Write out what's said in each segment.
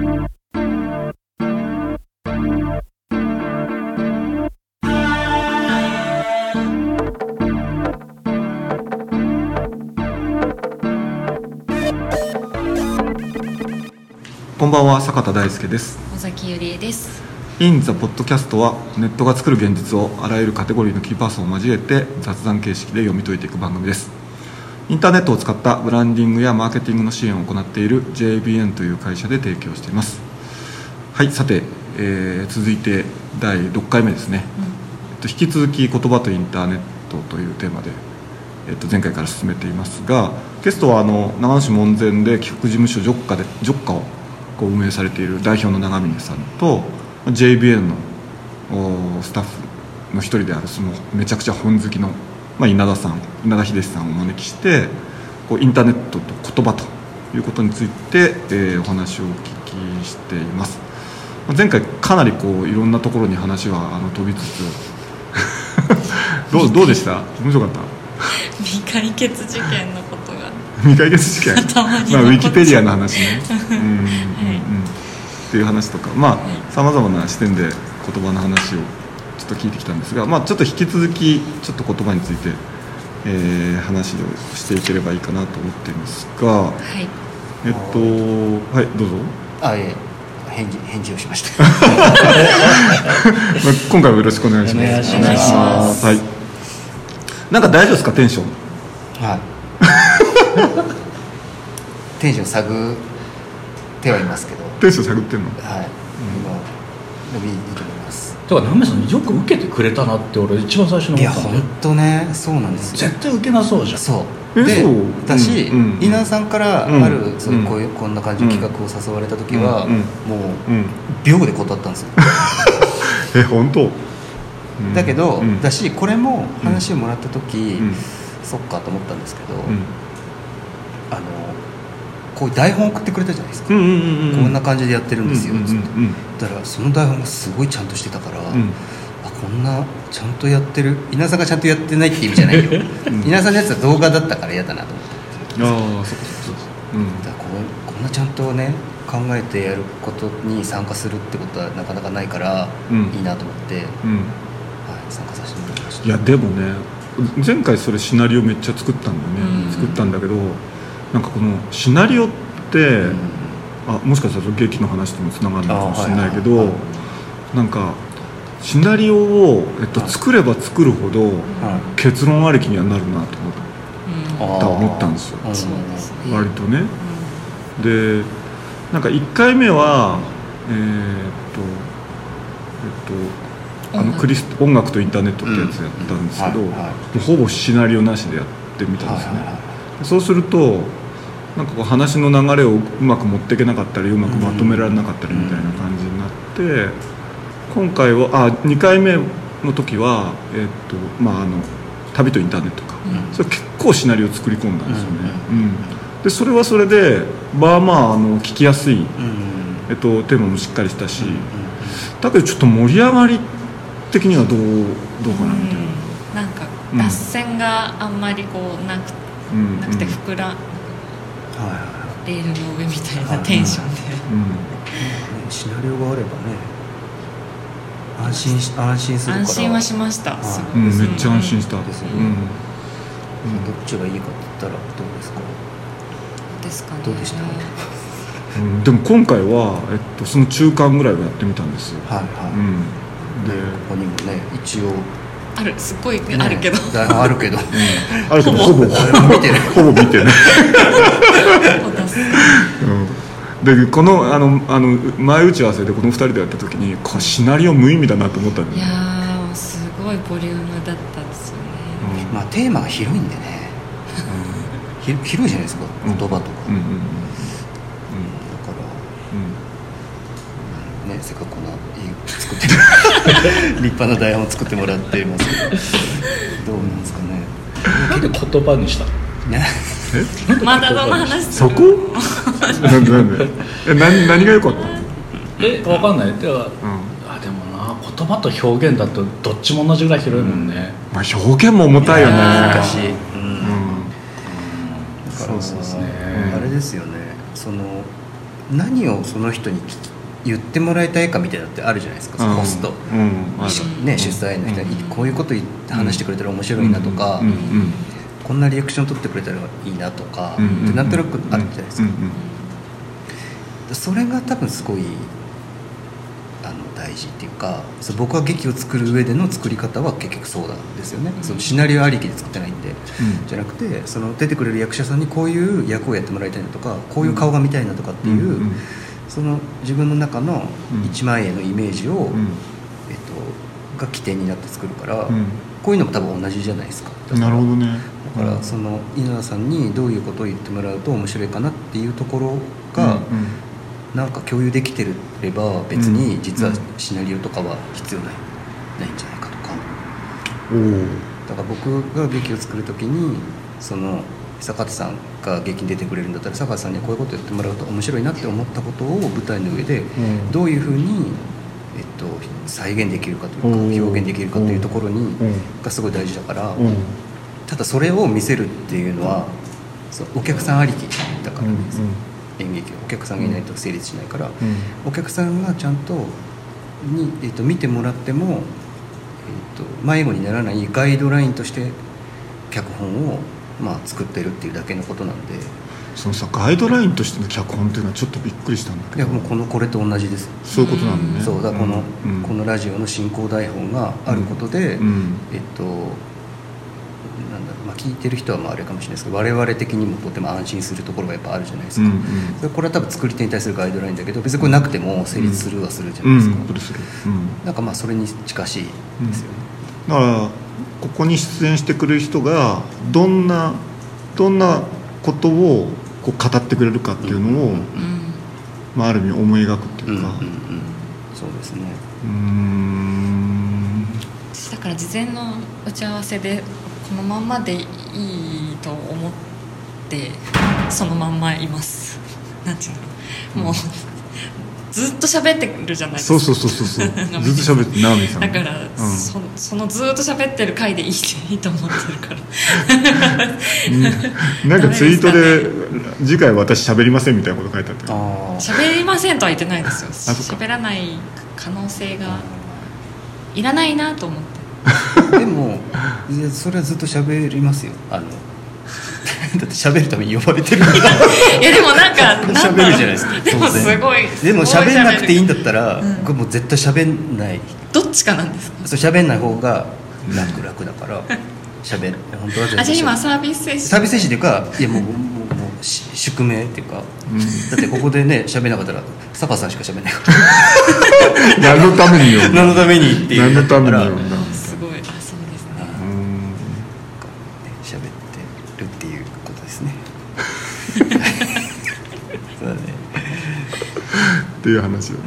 こんばんは、坂田大輔です。 尾崎ゆりえです。 In the Podcast はネットが作る現実をあらゆるカテゴリーのキーパーソンを交えて雑談形式で読み解いていく番組です。インターネットを使ったブランディングやマーケティングの支援を行っている JBN という会社で提供しています。はい、さて、続いて第6回目ですね。引き続き言葉とインターネットというテーマで、前回から進めていますが、ゲストは長野市門前で企画事務所ジョッカを運営されている代表の長峰さんと JBN のスタッフの一人であるそのめちゃくちゃ本好きの、稲田秀さんをお招きしてインターネットと言葉ということについて、お話をお聞きしています。前回かなりいろんなところに話は飛びつつどうでした？面白かった？ 未解決事件のことが未解決事件ウィキペディアの話ねっていう話とかさまざまな視点で言葉の話をちょっと聞いてきたんですが、ちょっと引き続きちょっと言葉について、話をしていければいいかなと思っていますが、はいどうぞ。 返事をしました今回もよろしくお願いします。 お願いします。 はい、なんか大丈夫ですか、テンション？ はいテンション探ってはいますけど。 テンション探ってんの？ はい、でもいいと思います。 だからナメさんよく受けてくれたなって俺一番最初に思ったんだよ。 いや本当ね、そうなんですよ。 絶対受けなそうじゃん。 そうで、私、稲田さんからある、こんな感じの企画を誘われた時は、もう秒で断ったんですよ本当？ だけど、だしこれも話をもらった時、そっかと思ったんですけど、こういう台本送ってくれたじゃないですか。こんな感じでやってるんですよつって、だからその台本がすごいちゃんとしてたから、こんなちゃんとやってる、稲田さんがちゃんとやってないって意味じゃないよ稲田さんのやつは動画だったから嫌だなと思って。だからこんなちゃんとね考えてやることに参加するってことはなかなかないから、いいなと思って、参加させてもらいました。 いやでもね、前回それシナリオめっちゃ作ったんだよね、作ったんだけど、なんかこのシナリオって、もしかしたら劇の話ともつながるのかもしれないけど、なんかシナリオを、作れば作るほど、結論ありきにはなるなと思ったんですよ、割とね。でなんか1回目は音楽とインターネットってやつやったんですけど、もうほぼシナリオなしでやってみたんですよね。そうするとなんか話の流れをうまく持っていけなかったり、うまくまとめられなかったりみたいな感じになって、今回は2回目の時は、旅とインターネットか、それ結構シナリオを作り込んだんですよね。でそれはそれで聞きやすい、テーマもしっかりしたし、だけどちょっと盛り上がり的にはどうかなみたいな。 なんか脱線があんまりなくて膨らレールの上みたいなテンションで、 シナリオがあればね安心するから。 安心はしました。 めっちゃ安心したですね。どっちがいいかって言ったらどうですか？どうでした？ でも今回は、その中間ぐらいをやってみたんですよ。でここにもね一応すごいあるけどあるけどほぼ見てねでこの前打ち合わせでこの2人でやった時にシナリオ無意味だなと思ったんで。 いやーすごいボリュームだったんですよね。 テーマが広いんでね、広いじゃないですか、言葉とか。だからせっかくこんな作って立派な台本を作ってもらっていますけど、どうなんですかね。 なんで言葉にしたの？ まだどの話そこ？なんで何が良かったの？ 分かんない。でもな、言葉と表現だとどっちも同じぐらい広いもんね。 表現も重たいよね。 難しい。そうですね。 あれですよね。 何をその人に言ってもらいたいかみたいなのってあるじゃないですか、ホスト、ね、主催の人にこういうこと言って話してくれたら面白いなとか、こんなリアクション取ってくれたらいいなとか、なんとなくあるじゃないですか。それが多分すごい大事っていうか、僕は劇を作る上での作り方は結局そうなんですよね。そのシナリオありきで作ってないんで、じゃなくてその出てくれる役者さんにこういう役をやってもらいたいなとか、こういう顔が見たいなとかっていう、その自分の中の一万円のイメージを、が起点になって作るから、こういうのも多分同じじゃないですか。 なるほどね。 だからその稲田さんにどういうことを言ってもらうと面白いかなっていうところが、なんか共有できてれば別に実はシナリオとかは必要ないんじゃないかとか。だから僕が劇を作る時にその坂田さんが劇に出てくれるんだったら、坂田さんにはこういうことを言ってもらうと面白いなって思ったことを舞台の上でどういうふうに、再現できるかというか表現できるかというところがすごい大事だから、ただそれを見せるっていうのはお客さんありきだからです、演劇はお客さんがいないと成立しないから、お客さんがちゃんと見てもらっても、迷子にならないガイドラインとして脚本を作ってるっていうだけのことなんで。 そのさ、ガイドラインとしての脚本っていうのはちょっとびっくりしたんだけど。 いや、もうこれと同じです。 そういうことなんだね。 そうだ、このラジオの進行台本があることで、聞いてる人はあれかもしれないですけど、我々的にもとても安心するところがやっぱあるじゃないですか。これは多分作り手に対するガイドラインだけど、別にこれなくても成立するはするじゃないですか。なんかそれに近しいですよね。 だからここに出演してくれる人がどんなことをこう語ってくれるかっていうのを、ある意味思い描くっていうか、 そうですね。 だから事前の打ち合わせでこのまんまでいいと思ってそのまんまいます。なんていうの、もうずっと喋ってるじゃないですか。 そうずっと喋って直美さんだから、そのずっと喋ってる回でいいと思ってるからなんかツイートで次回私喋りませんみたいなこと書いてあった。 喋りませんとは言ってないですよ。喋らない可能性がいらないなと思ってでもそれはずっと喋りますよ。だって喋るために呼ばれてるんだいやでもなんか喋るじゃないですか。 でもすごいでも喋んなくていいんだったら、これもう絶対喋んない。 どっちかなんですか。 喋んない方が楽だから喋る。本当はじゃあ今サービス精神っていうか、いやもう宿命っていうか、だってここでね喋んなかったら坂さんしか喋んないから何のためによ何のためにっていう何のためによすごい。そうですね。 喋ってるっていうことですねそうだねっていう話よね。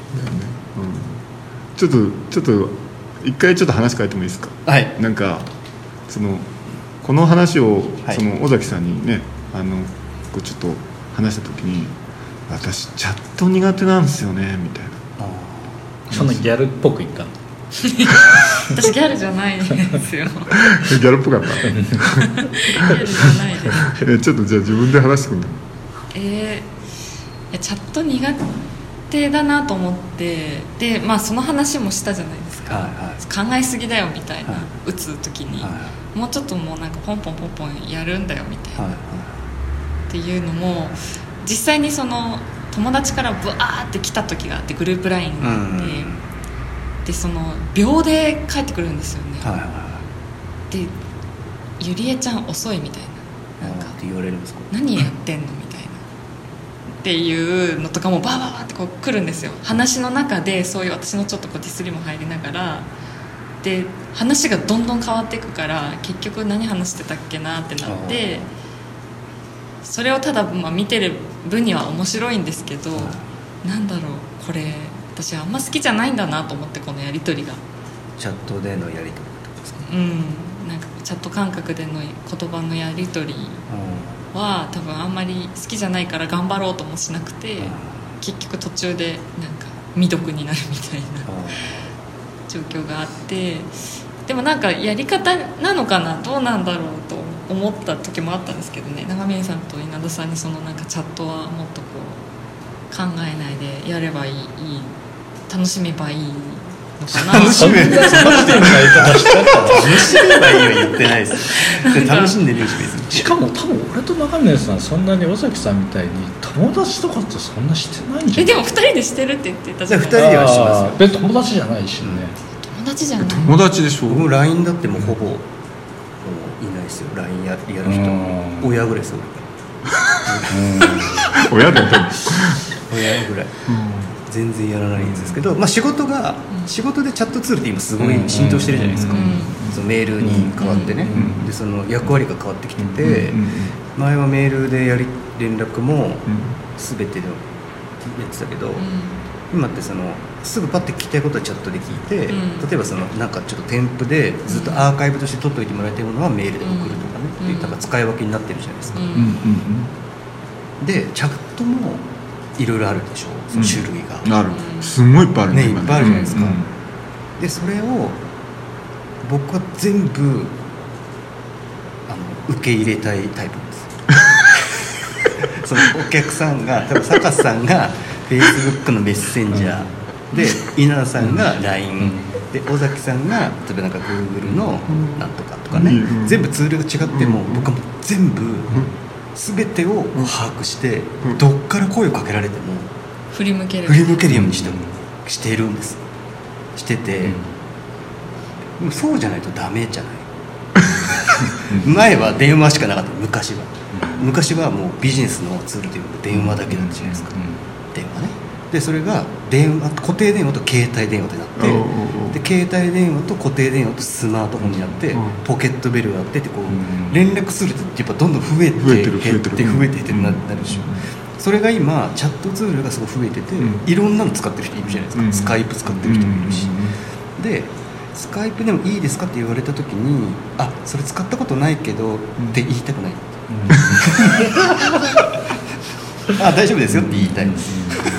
ちょっと一回ちょっと話変えてもいいですか。 はい。 なんかこの話を尾崎さんにねこうちょっと話した時に、私チャット苦手なんですよねみたいな。 そんなギャルっぽく言ったの。 私ギャルじゃないですよ。ギャルっぽかった。 ギャルじゃないです。 ちょっとじゃあ自分で話してくんだ。 いやチャット苦手だなと思って、でその話もしたじゃないですか。考えすぎだよみたいな、打つ時に、もうちょっともうなんかポンポンやるんだよみたいな、っていうのも実際にその友達からブワーって来た時があって、グループ LINE があって、でその秒で帰ってくるんですよね。でゆりえちゃん遅いみたいな、なんかって言われるんですか。 何やってんのみたいなっていうのとかもバーバーってこう来るんですよ。話の中でそういう私のちょっとこうディスりも入りながら、で話がどんどん変わっていくから、結局何話してたっけなってなって、それをただ見てる分には面白いんですけど、なんだろう、これ私あんま好きじゃないんだなと思って、このやり取りが。 チャットでのやり取りとかですか。 なんかチャット感覚での言葉のやり取りは多分あんまり好きじゃないから頑張ろうともしなくて、結局途中でなんか未読になるみたいな状況があって、でもなんかやり方なのかな、どうなんだろうと思った時もあったんですけどね。長峰さんと稲田さんにそのなんかチャットはもっとこう考えないでやればいい楽しめばいいのかな。 楽しめばいいは言ってないですよ。楽しんでるよし別に。 しかも多分俺と中峰さんそんなに尾崎さんみたいに友達とかってそんなしてないんじゃない？ でも2人でしてるって言ってたじゃない 2人ではしますよ。 で友達じゃないしね、 友達じゃない。 友達でしょ。 僕も LINE だってもうほぼもういないですよ。 LINE やる人親ぐらいですよ。 親でも親ぐらい全然やらないんですけど、まあ、仕事でチャットツールって今すごい浸透してるじゃないですか。そのメールに変わってね、でその役割が変わってきてて、前はメールで連絡も全てでやってたけど、今ってそのすぐパッて聞きたいことはチャットで聞いて、例えばそのなんかちょっと添付でずっとアーカイブとして取っておいてもらいたいものはメールで送るとかね、っていうなんか使い分けになってるじゃないですか。でチャットもいろいろあるでしょ、その種類が、 ある、すごいいっぱいあるね、いっぱいあるじゃないですか。でそれを僕は全部受け入れたいタイプですそのお客さんが多分坂さんが Facebook のメッセンジャーで、稲田さんが LINE で、尾崎さんが例えばなんか Google のなんとかとかね、全部ツールが違っても僕はもう全部全てを把握して、どっから声をかけられても振り向けるようにしているんです。してて、でもそうじゃないとダメじゃない前は電話しかなかった。昔はもうビジネスのツールというのは電話だけだったじゃないですか、電話ね。でそれが固定電話と携帯電話ってなって、で携帯電話と固定電話とスマートフォンになって、ポケットベルがあってってこう連絡するってやっぱどんどん増えて減ってなるでしょ。それが今チャットツールがすごい増えてて、いろんなの使ってる人いるじゃないですか。スカイプ使ってる人もいるし、でスカイプでもいいですかって言われた時に、あ、それ使ったことないけどって言いたくない、あ、大丈夫ですよって言いたいんです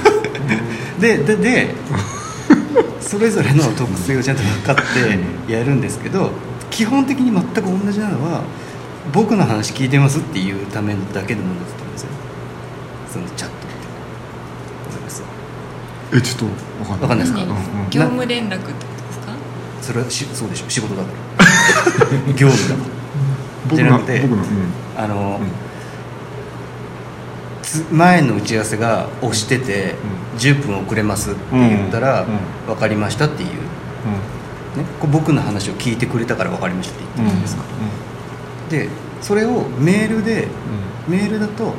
でそれぞれの特性をちゃんと分かってやるんですけど、基本的に全く同じなのは僕の話聞いてますっていうためだけのものだと思うんですよ、そのチャットって。わかります？ ちょっと分かんないですか？ 業務連絡ってことですか？ それはそうでしょ、仕事だから業務だからじゃなくて、前の打ち合わせが押してて、10分遅れますって言ったら、分かりましたっていう、ね、これ僕の話を聞いてくれたから分かりましたって言ってるじゃないですか、でそれをメールだと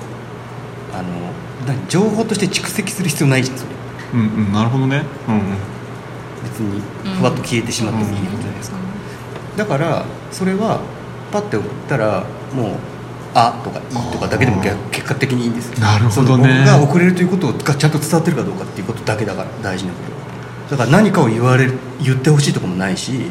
情報として蓄積する必要ないじゃん、それ。 なるほどね、 別にふわっと消えてしまってもいいことじゃないですか。だからそれはパッて送ったらもうあとかいとかだけでも結果的にいいんですよ。 なるほどね。 僕が遅れるということがちゃんと伝わってるかどうかっていうことだけだから大事なことだから、何かを言ってほしいとかもないし、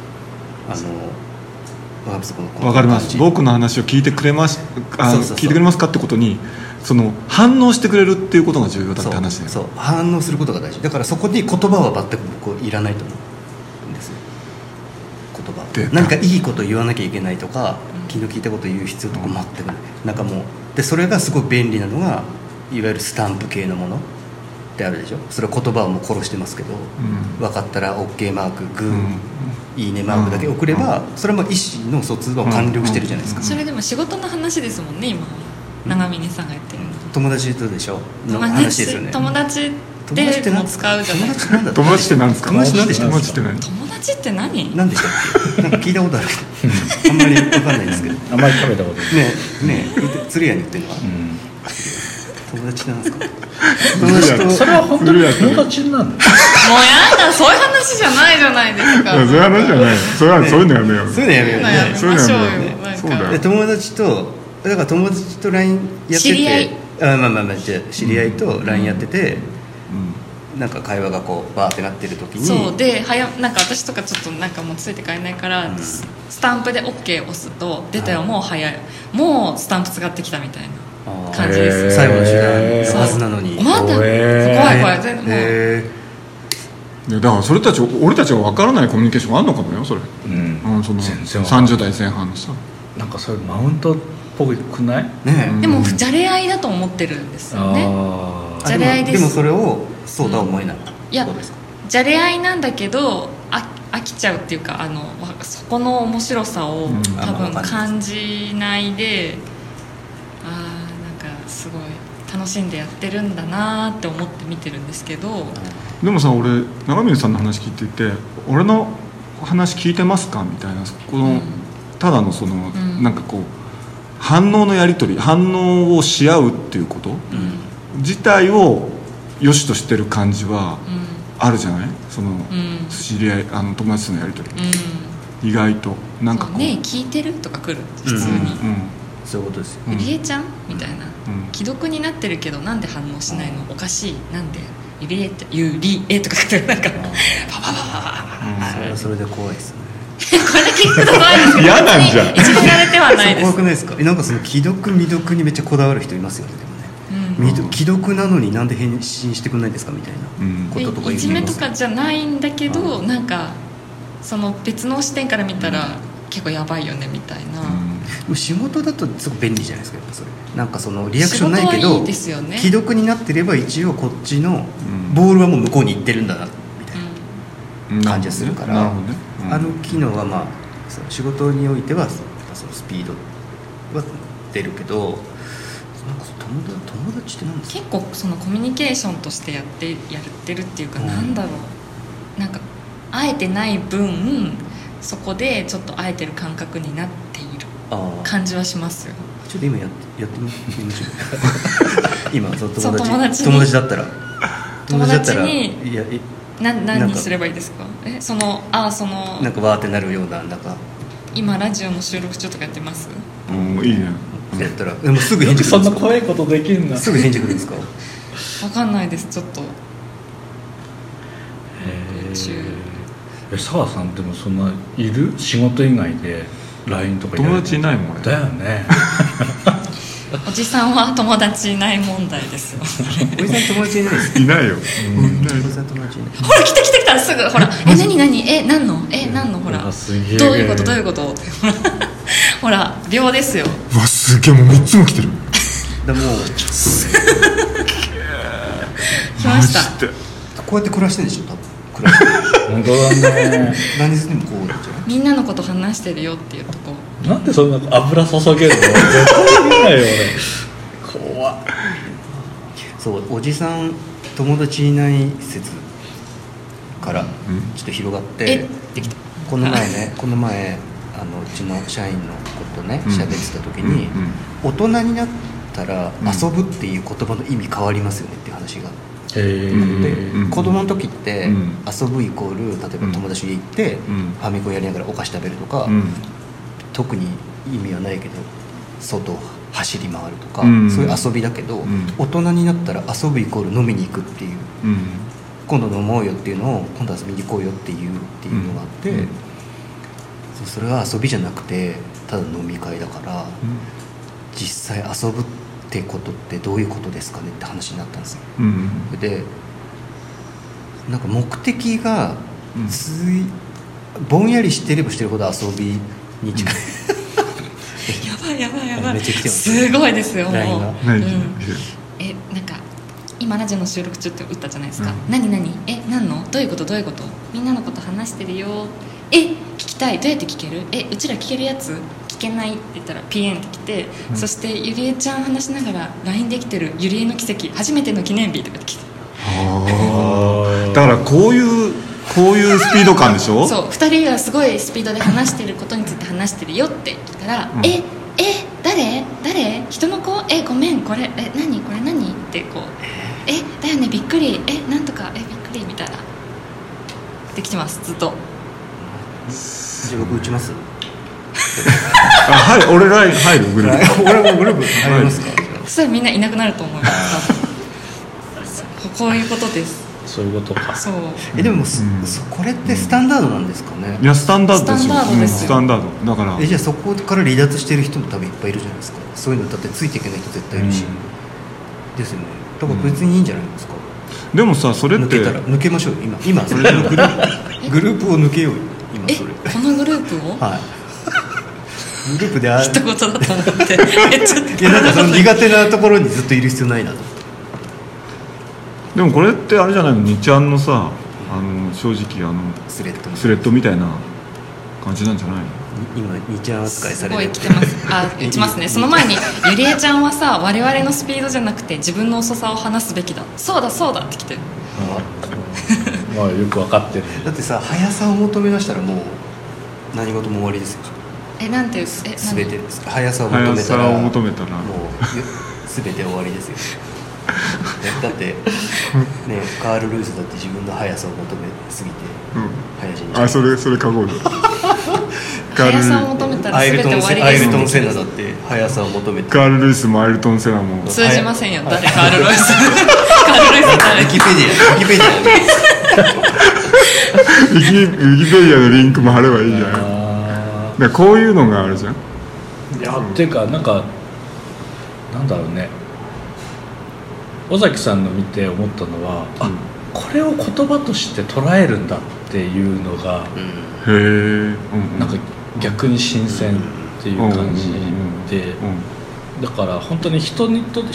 わかります。僕の話を聞いてくれます聞いてくれますかってことにその反応してくれるっていうことが重要だって話ね。 そう反応することが大事だから、そこに言葉は全く僕いらないと思うんですよ。言葉何かいいこと言わなきゃいけないとか、昨日聞いたこと言う必要とか全くない、なんかもうでそれがすごい便利なのがいわゆるスタンプ系のものってあるでしょ。それは言葉をもう殺してますけど、分かったら OK マークグー、いいねマークだけ送れば、それはもう意思の疎通は完了してるじゃないですか。 それでも仕事の話ですもんね、今長峰さんが言ってるの。 友達とでしょの話ですよね。 友達でも使うじゃないですか。 友達って何ですか？ 友達なんでしたっけ？ 友達って何？ 何でしたっけ？なんか聞いたことあるけどあんまり分かんないですけどあんまり食べたことないねえ鶴屋に言ってるのは、友達なんですか？ それは本当に友達なんだ。もうやだ、そういう話じゃないじゃないですか。 そういう話じゃない。そういうのやめよう。 そういうのやめようね。 そういうのやめよう。 そうだよ。 友達とだから友達と LINE やってて、 知り合い、 じゃあ知り合いと LINE やってて、なんか会話がこうバーってなってる時に、 そうでなんか私とかちょっとなんかもうついて帰れないから、スタンプで OK 押すと出たよ、もう早い、もうスタンプ使ってきたみたいな感じです。 最後の手段のはずなのにまだ怖い全然だからそれたち俺たちが分からないコミュニケーションがあるのかもよ、それ。その30代前半のさ、 なんかそういうマウントっぽくない？ ね。 でもじゃれ合いだと思ってるんですよね。 じゃれ合いです。 でもそれをそうとは思えない、 いやじゃれ合いなんだけど飽きちゃうっていうかそこの面白さを多分感じないで、なんかすごい楽しんでやってるんだなって思って見てるんですけど、 でもさ、俺長水さんの話聞いていて、俺の話聞いてますかみたいな、この、ただのその、なんかこう反応のやり取り、反応をし合うっていうこと、自体を良しとしてる感じはあるじゃない、その、知り合い友達とのやり取り、意外となんかこうね、聞いてるとか来る普通に、 そういうことですよ。 ゆりえちゃんみたいな、既読になってるけどなんで反応しないの、おかしい、なんでゆりえとか来てる、なんかパパそれはそれで怖いですね。 これだけ聞くと怖いですけど、 嫌なんじゃん。 いじめられてはないです。 怖くないですか。なんかその既読未読にめっちゃこだわる人いますよね。でもね、既読なのになんで返信してくれないんですかみたいなこととか言う。 いじめとかじゃないんだけど、なんかその別の視点から見たら結構やばいよねみたいな。 仕事だとすごく便利じゃないですか。それなんかそのリアクションないけど、 いいですよね、 既読になってれば一応こっちのボールはもう向こうに行ってるんだなみたいな感じがするから、機能はまあその仕事においてはそのスピードは出るけど、なんか友達って何ですか。 結構そのコミュニケーションとしてやってるっていうか、なんだろう、なんか会えてない分そこでちょっと会えてる感覚になっている感じはしますよ。 ちょっと今やってみましょう。今その友達だったら友達に何すればいいですか。そのなんかわーってなるような、なんか今ラジオの収録中とかやってます。 いいね。 やったらでもすぐ返事来る。 そんな怖いことできるんだ。 すぐ返事来るんですか。 わかんないです、ちょっと。 澤さんでもそんないる？仕事以外で LINE とか友達いないもんだよね。 おじさんは友達いない問題ですよ。 おじさん友達いないです。 いないよ。 おじさん友達いない。 ほら来たすぐほら何何のほらどういうことほら秒ですよ。 うわすげえ、もう3つも来てる。 だもう来ました。 こうやって暮らしてるでしょ多分。 本当だね。 何にでもこうじゃない。 みんなのこと話してるよっていうとこ。 なんでそんな油注げるの？絶対見ないよ俺。怖っ。 そう、おじさん友達いない説からちょっと広がって、 できた。 この前うちの社員の子とね喋ってた時に、大人になったら遊ぶっていう言葉の意味変わりますよねっていう話があって、子供の時って遊ぶイコール例えば友達に行ってファミコンやりながらお菓子食べるとか、特に意味はないけど外を走り回るとか、そういう遊びだけど、大人になったら遊ぶイコール飲みに行くっていう、今度飲もうよっていうのを今度遊びに行こうよっていうのがあって、それは遊びじゃなくてただ飲み会だから、実際遊ぶってことってどういうことですかねって話になったんですよ。でなんか目的がぼんやりしてればしてるほど遊びに近い。 やばいめっちゃ来てます。 すごいですよ。もう LINE がなんか今ラジオの収録中って打ったじゃないですか。何何のどういうことみんなのこと話してるよ。聞きたい。どうやって聞ける？うちら聞けるやつ聞けないって言ったらピエンって来て、そしてゆりえちゃん話しながら LINE できてるゆりえの奇跡初めての記念日とかって来て、 だからこういうスピード感でしょ。 そう2人がすごいスピードで話してることについて話してるよって聞いたら、誰人の子ごめんこれ何これ何ってこうだよねびっくりなんとかびっくりみたいなできてますずっと。 じゃあ僕打ちます。 はい、俺ら入るグループ。 俺もグループ入りますか。 そしたらみんいなくなると思います。こういうことです。 そういうことか。 そう。 でもこれってスタンダードなんですかね。 いやスタンダードですよ。スタンダードだから。 じゃあそこから離脱してる人も多分いっぱいいるじゃないですか。そういうのだってついていけない人絶対いるし、ですよね。だから別にいいんじゃないですか。 でもさそれって抜けましょうよ今それのグループを抜けようよ今それ。 このグループを？ はい。グループで一言だと思っていやなんかその苦手なところにずっといる必要ないなと。 でもこれってあれじゃないの、2ちゃんのさ、正直スレッドみたいな感じなんじゃないの。 今2ちゃん扱いされてる。 すごい来てます。言ってますね。その前にゆりえちゃんはさ、我々のスピードじゃなくて自分の遅さを話すべきだ、そうだそうだって来てる。 まあよく分かってる。 だってさ、速さを求め出したらもう何事も終わりですよ。 なんていう全てです。速さを求めたらもう全て終わりですよ。だってね、カール・ルイスだって自分の速さを求めすぎて速死に。 それ書こうよ。 速さを求めたら全て終わりです。 アイルトン・セナだって速さを求めて。 カール・ルイスもアイルトン・セナも通じませんよ。誰カール・ルイス。カール・ルイス誰。 ウィキペディアのリンクも貼ればいいじゃん。でこういうのがあるじゃん。 いや、っていうかなんだろうね、尾崎さんの見て思ったのは、これを言葉として捉えるんだっていうのが、なんか逆に新鮮っていう感じで、だから本当に人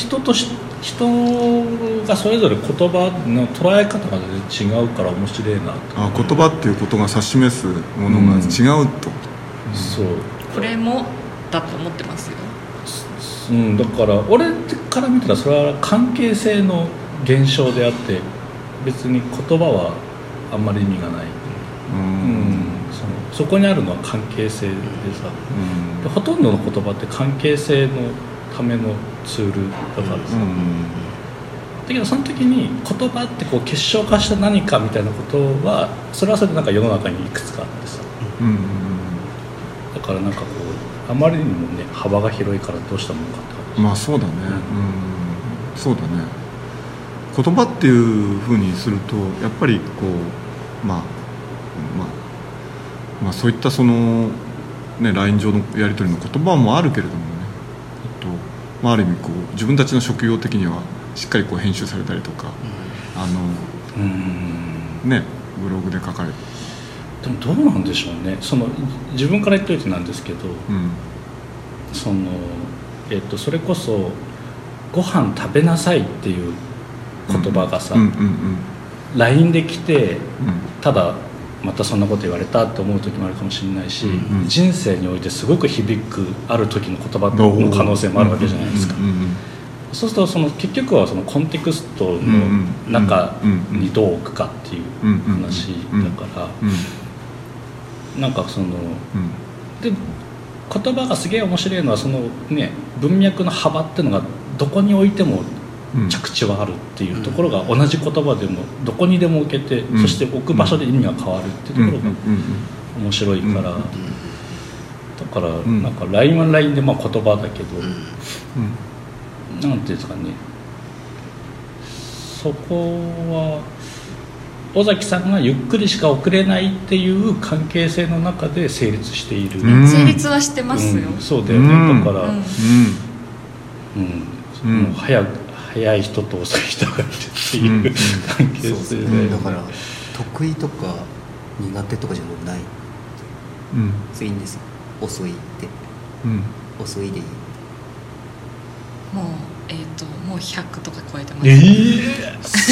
がそれぞれ言葉の捉え方が違うから面白いなと。 言葉っていうことが指し示すものが違うと、 そう、 これもだと思ってますよ。 だから俺から見たらそれは関係性の現象であって、別に言葉はあんまり意味がない。そこにあるのは関係性でさ、でほとんどの言葉って関係性のためのツールだからさ、だけどその時に言葉ってこう結晶化した何かみたいなことは、それはそれでなんか世の中にいくつかあってさ、だからなんかこうあまりにもね幅が広いからどうしたものかって感じ。 まあそうだね、そうだね。言葉っていうふうにするとやっぱりこうまあそういったそのね LINE 上のやり取りの言葉もあるけれどもね、ある意味こう自分たちの職業的にはしっかりこう編集されたりとか、ねブログで書かれて。 でもどうなんでしょうね。自分から言っといてなんですけど、それこそご飯食べなさいっていう言葉がさ、LINE で来て、ただまたそんなこと言われたって思う時もあるかもしれないし、人生においてすごく響くある時の言葉の可能性もあるわけじゃないですか。そうすると結局はそのコンテクストの中にどう置くかっていう話だから、なんかで言葉がすげえ面白いのは文脈の幅っていうのがどこに置いても着地はあるっていうところが、同じ言葉でもどこにでも置けて、そして置く場所で意味が変わるっていうところが面白いから、だからなんか LINE は LINE で言葉だけど、なんていうんですかね、そこは尾崎さんがゆっくりしか送れないっていう関係性の中で成立している。 成立はしてますよ。 そうだよね。だから、もう早い人と遅い人がいるっていう関係性で、 だから得意とか苦手とかじゃない、いいんですよ。遅いって、遅いでいい。 もう100とか超えてます。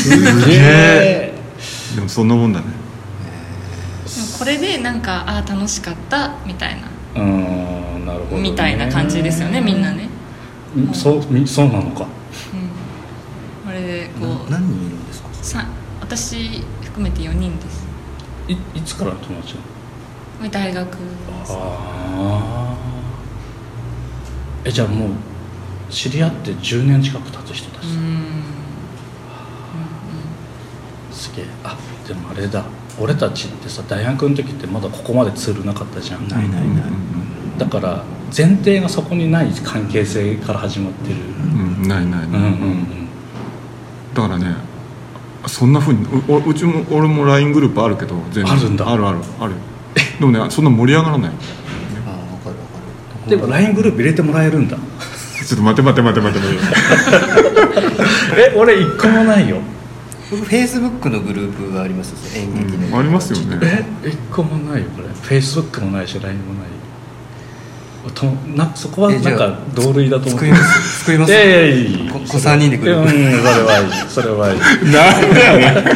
すげえ。 でもそんなもんだね。でもこれでなんか楽しかったみたいな、 なるほどね、 みたいな感じですよね、みんなね。 そうなのか。 これでこう何人いるんですか。 私含めて4人です。 いつから友達なの。 大学です。 じゃあもう知り合って10年近く経つ人たち。すげえ。でもあれだ、俺たちってさ、大学の時ってまだここまでツールなかったじゃん。ないだから前提がそこにない関係性から始まってる。 ないだからね、そんなふうに俺も LINE グループあるけど全然あるんだ。 あるでもね、そんな盛り上がらない。 分かる。 でも LINE グループ入れてもらえるんだ。 ちょっと待て俺一個もないよ。 Facebook のグループがありますよ、演劇の。 ありますよね。 一個もないよこれ。Facebook もないし LINE もない。 そこはなんか同類だと思って作ります。 いやいやこ3人で来る。 それはいいなんだよね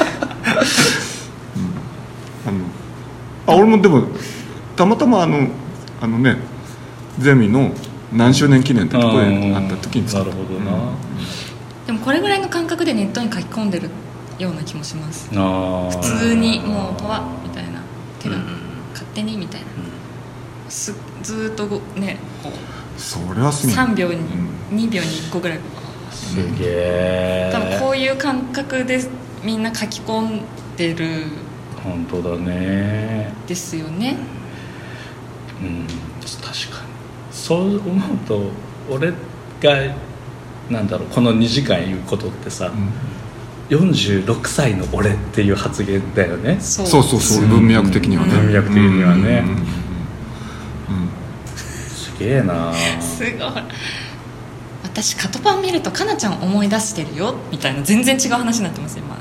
俺もでもたまたまねゼミの何周年記念ってところであった時になるほどな、 でもこれぐらいの感覚でネットに書き込んでるような気もします。 普通にもう「とわ」みたいな手が勝手にみたいな、ずーっとねこうそれはすごい 3秒に、2秒に1個ぐらいすげえ多分こういう感覚でみんな書き込んでる本当だねですよね。 確かにそう思うと俺がなんだろうこの2時間言うことってさ、46歳の俺っていう発言だよね。 そう文脈的にはね、 文脈的にはね、すげえな。 すごい。私カトパン見るとかなちゃん思い出してるよみたいな全然違う話になってます今。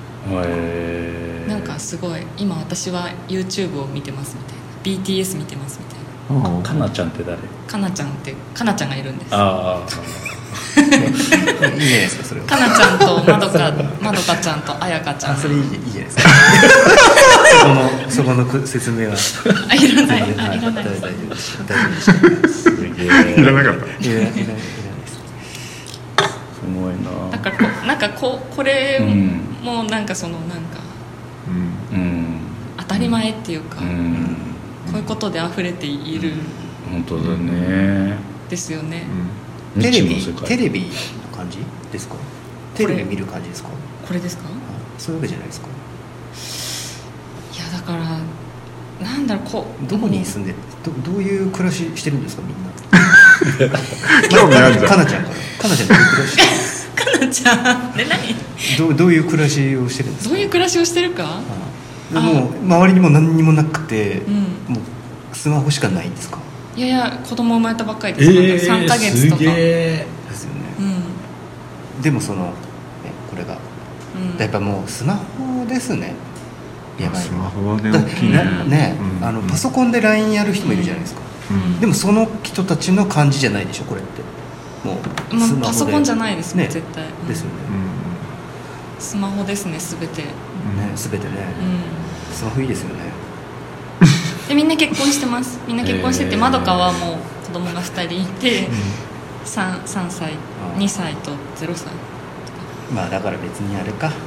なんかすごい今私は YouTube を見てますみたいな BTS 見てますみたいな。 かなちゃんって誰？ かなちゃんってかなちゃんがいるんです。 いいじゃないですかそれは。 かなちゃんとまどかちゃんとあやかちゃん。 それいいじゃないですかそこの説明は。 いらない。 大丈夫です。 いらなかった。 いらないです。 すごいな。 なんかこれもなんかそのなんか当たり前っていうか、こういうことで溢れている。 本当だね。 ですよね。 テレビの感じですか？テレビ見る感じですか？ これですか？ そういうわけじゃないですか？ いやだからなんだろうどこに住んでどういう暮らししてるんですかみんな？ 興味あるじゃん。 かなちゃんどういう暮らししてる？ かなちゃんで何？ どういう暮らしをしてるんですか？ どういう暮らしをしてるか？ もう周りにも何にもなくて、もうスマホしかないんですか？ いや子供生まれたばっかりです、3ヶ月とかですよね、でもこれが、やっぱもうスマホですね。やばい。 スマホはね大きいね。 パソコンで LINE やる人もいるじゃないですか、でもその人たちの感じじゃないでしょこれって。もうスマホでパソコンじゃないですね絶対ですよね、 スマホですね全て全てね、スマホいいですよね。 でみんな結婚してます。みんな結婚してて、まどかはもう子供が2人いて、3歳2歳と0歳。 まあだから別にあれか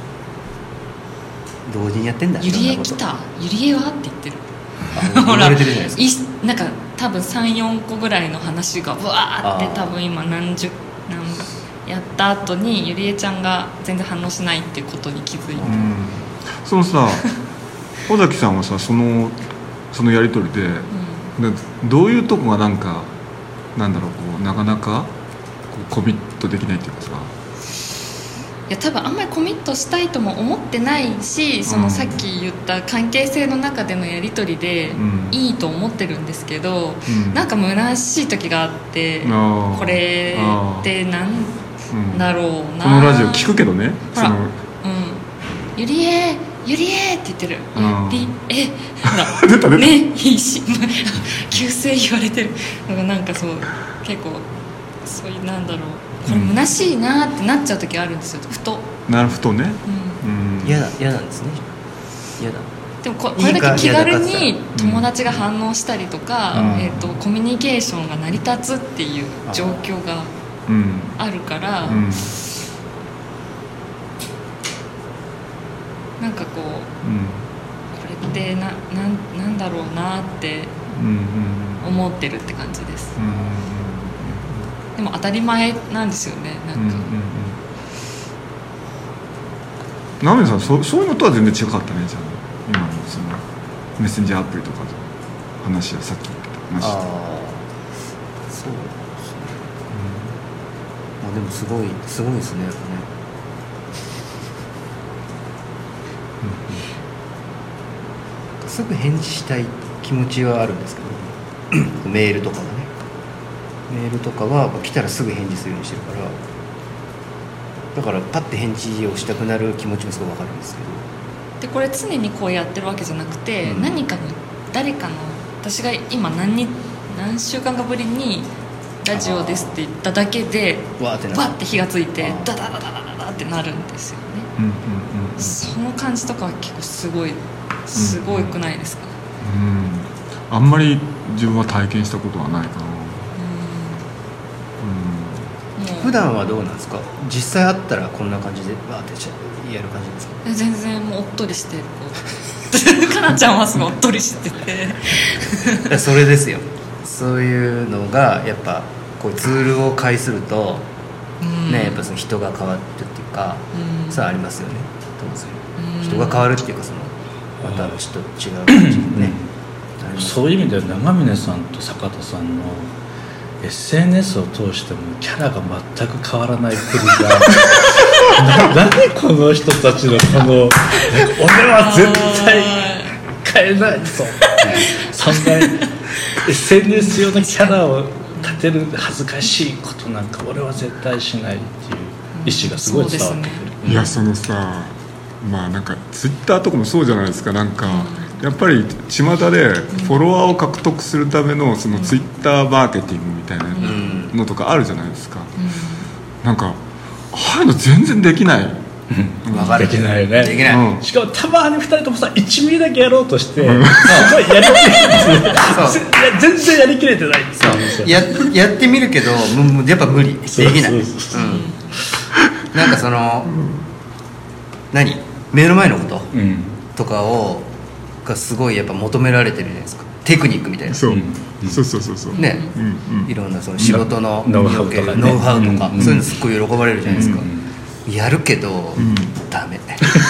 同時にやってんだ。 ゆりえ来たゆりえはって言ってる。 ほらなんか多分 3,4 個ぐらいの話がわーって多分今何やった後にゆりえちゃんが全然反応しないっていうことに気づいて、 そのさ尾崎さんはさそのやり取りで、どういうとこがなんだろうなかなかコミットできないっていうかさ。 いや多分あんまりコミットしたいとも思ってないし、そのさっき言った関係性の中でのやり取りでいいと思ってるんですけど、なんか虚しい時があって、これってなんだろうな。 このラジオ聞くけどね。 ゆりえって言ってる。ほら出たねいいし旧姓言われてるのがなんかそう結構そういうなんだろうこれ虚しいなってなっちゃう時あるんですよふと。 なるほどね。 嫌なんですね。嫌だ。 でもこれだけ気軽に友達が反応したりとか、コミュニケーションが成り立つっていう状況があるから、なんかこれってなんだろうなって思ってるって感じです。でも当たり前なんですよね。なんかナミさんそういうのとは全然違かったね。じゃあ今のそのメッセンジャーアプリとかの話はさっき言ってた話。 そうですね。まあでもすごいですねやっぱね。すぐ返事したい気持ちはあるんですけどメールとかは来たらすぐ返事するようにしてるから、だからパッて返事をしたくなる気持ちもすごい分かるんですけど、 でこれ常にこうやってるわけじゃなくて、誰かの私が今何何週間かぶりにラジオですって言っただけでバッて火がついてダダダダダダってなるんですよね、その感じとかは結構すごくないですか？ あんまり自分は体験したことはないかな。 普段はどうなんですか？実際あったらこんな感じでバーってやる感じですか？ 全然もうおっとりしてかなちゃんはすごいおっとりしててそれですよ。そういうのがやっぱこうツールを介すると、ね、やっぱその人が変わるっていうか、さあありますよね。人が変わるっていうか、そのまた人と違う感じね、 そういう意味では長峰さんと坂田さんの SNS を通してもキャラが全く変わらないっぷりが何この人たちのこの俺は絶対変えないぞそんな SNS 用のキャラを立てる恥ずかしいことなんか俺は絶対しないっていう意思がすごい伝わってくる、 いやそのさ、まあなんかツイッターとかもそうじゃないですか。なんかやっぱり巷でフォロワーを獲得するためのそのツイッターマーケティングみたいなのとかあるじゃないですか。なんかああいうの全然できない。 できないよね。 できない、 しかもたまに2人ともさ1ミリだけやろうとして、すごいやりきれて全然やりきれてない。 そうやってみるけどやっぱ無理できない。なんかその、目の前のこととかがすごいやっぱ求められてるじゃないですか。テクニックみたいな。そうね、いろんなその仕事のノウハウとか、そういうのすっごい喜ばれるじゃないですか。やるけど、ダメ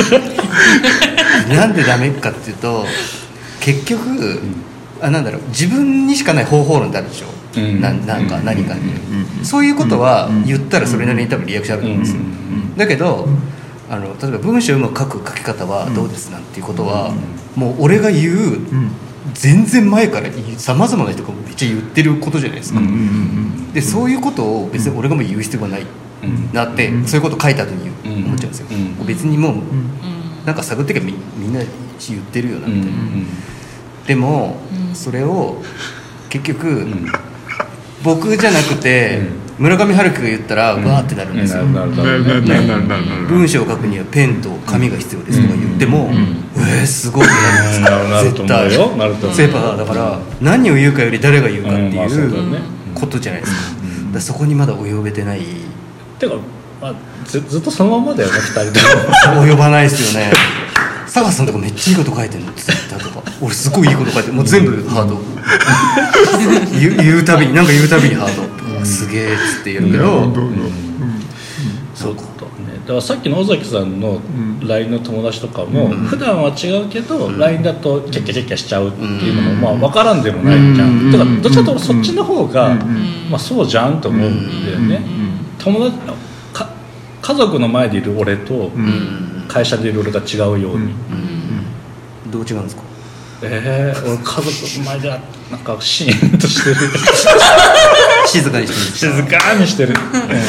なんでダメかっていうと、結局、なんだろう、自分にしかない方法論ってあるでしょ、何かに、そういうことは言ったらそれなりに多分リアクションあると思うんですよ。だけど例えば文章をうまく書き方はどうですなんていうことは、もう俺が言う、全然前からさまざまな人がめっちゃ言ってることじゃないですか。でそういうことを別に俺がもう言う必要がないなって、そういうことを書いた後に思っちゃうんですよ。別にもうなんか探ってけばみんな言ってるよなみたいな。でもそれを結局僕じゃなくて村上春樹が言ったらバーってなるんですよ。文章を書くにはペンと紙が必要ですとか言っても、すごいなるんですか。絶対セーパーだから何を言うかより誰が言うかっていうことじゃないですか。だからそこにまだ及べてない。 てか、ずっとそのままだよね、2人で及ばないですよね。佐賀さんとかめっちゃいいこと書いてるの、ツイッターとか。俺すごいいいこと書いてる、もう全部ハード言うたびにハード、すげえっつって言うけど、 そうだね。だからさっきの尾崎さんの LINE の友達とかも、普段は違うけど LINE だとキャッキャキャッキャしちゃうっていうのも分からんでもないじゃん。だからどっちかというとそっちの方がそうじゃんと思うんだよね。友達家族の前でいる俺と会社でいる俺が違うように。 どう違うんですか？ 俺家族の前ではなんかシーンとしてる静かにしてる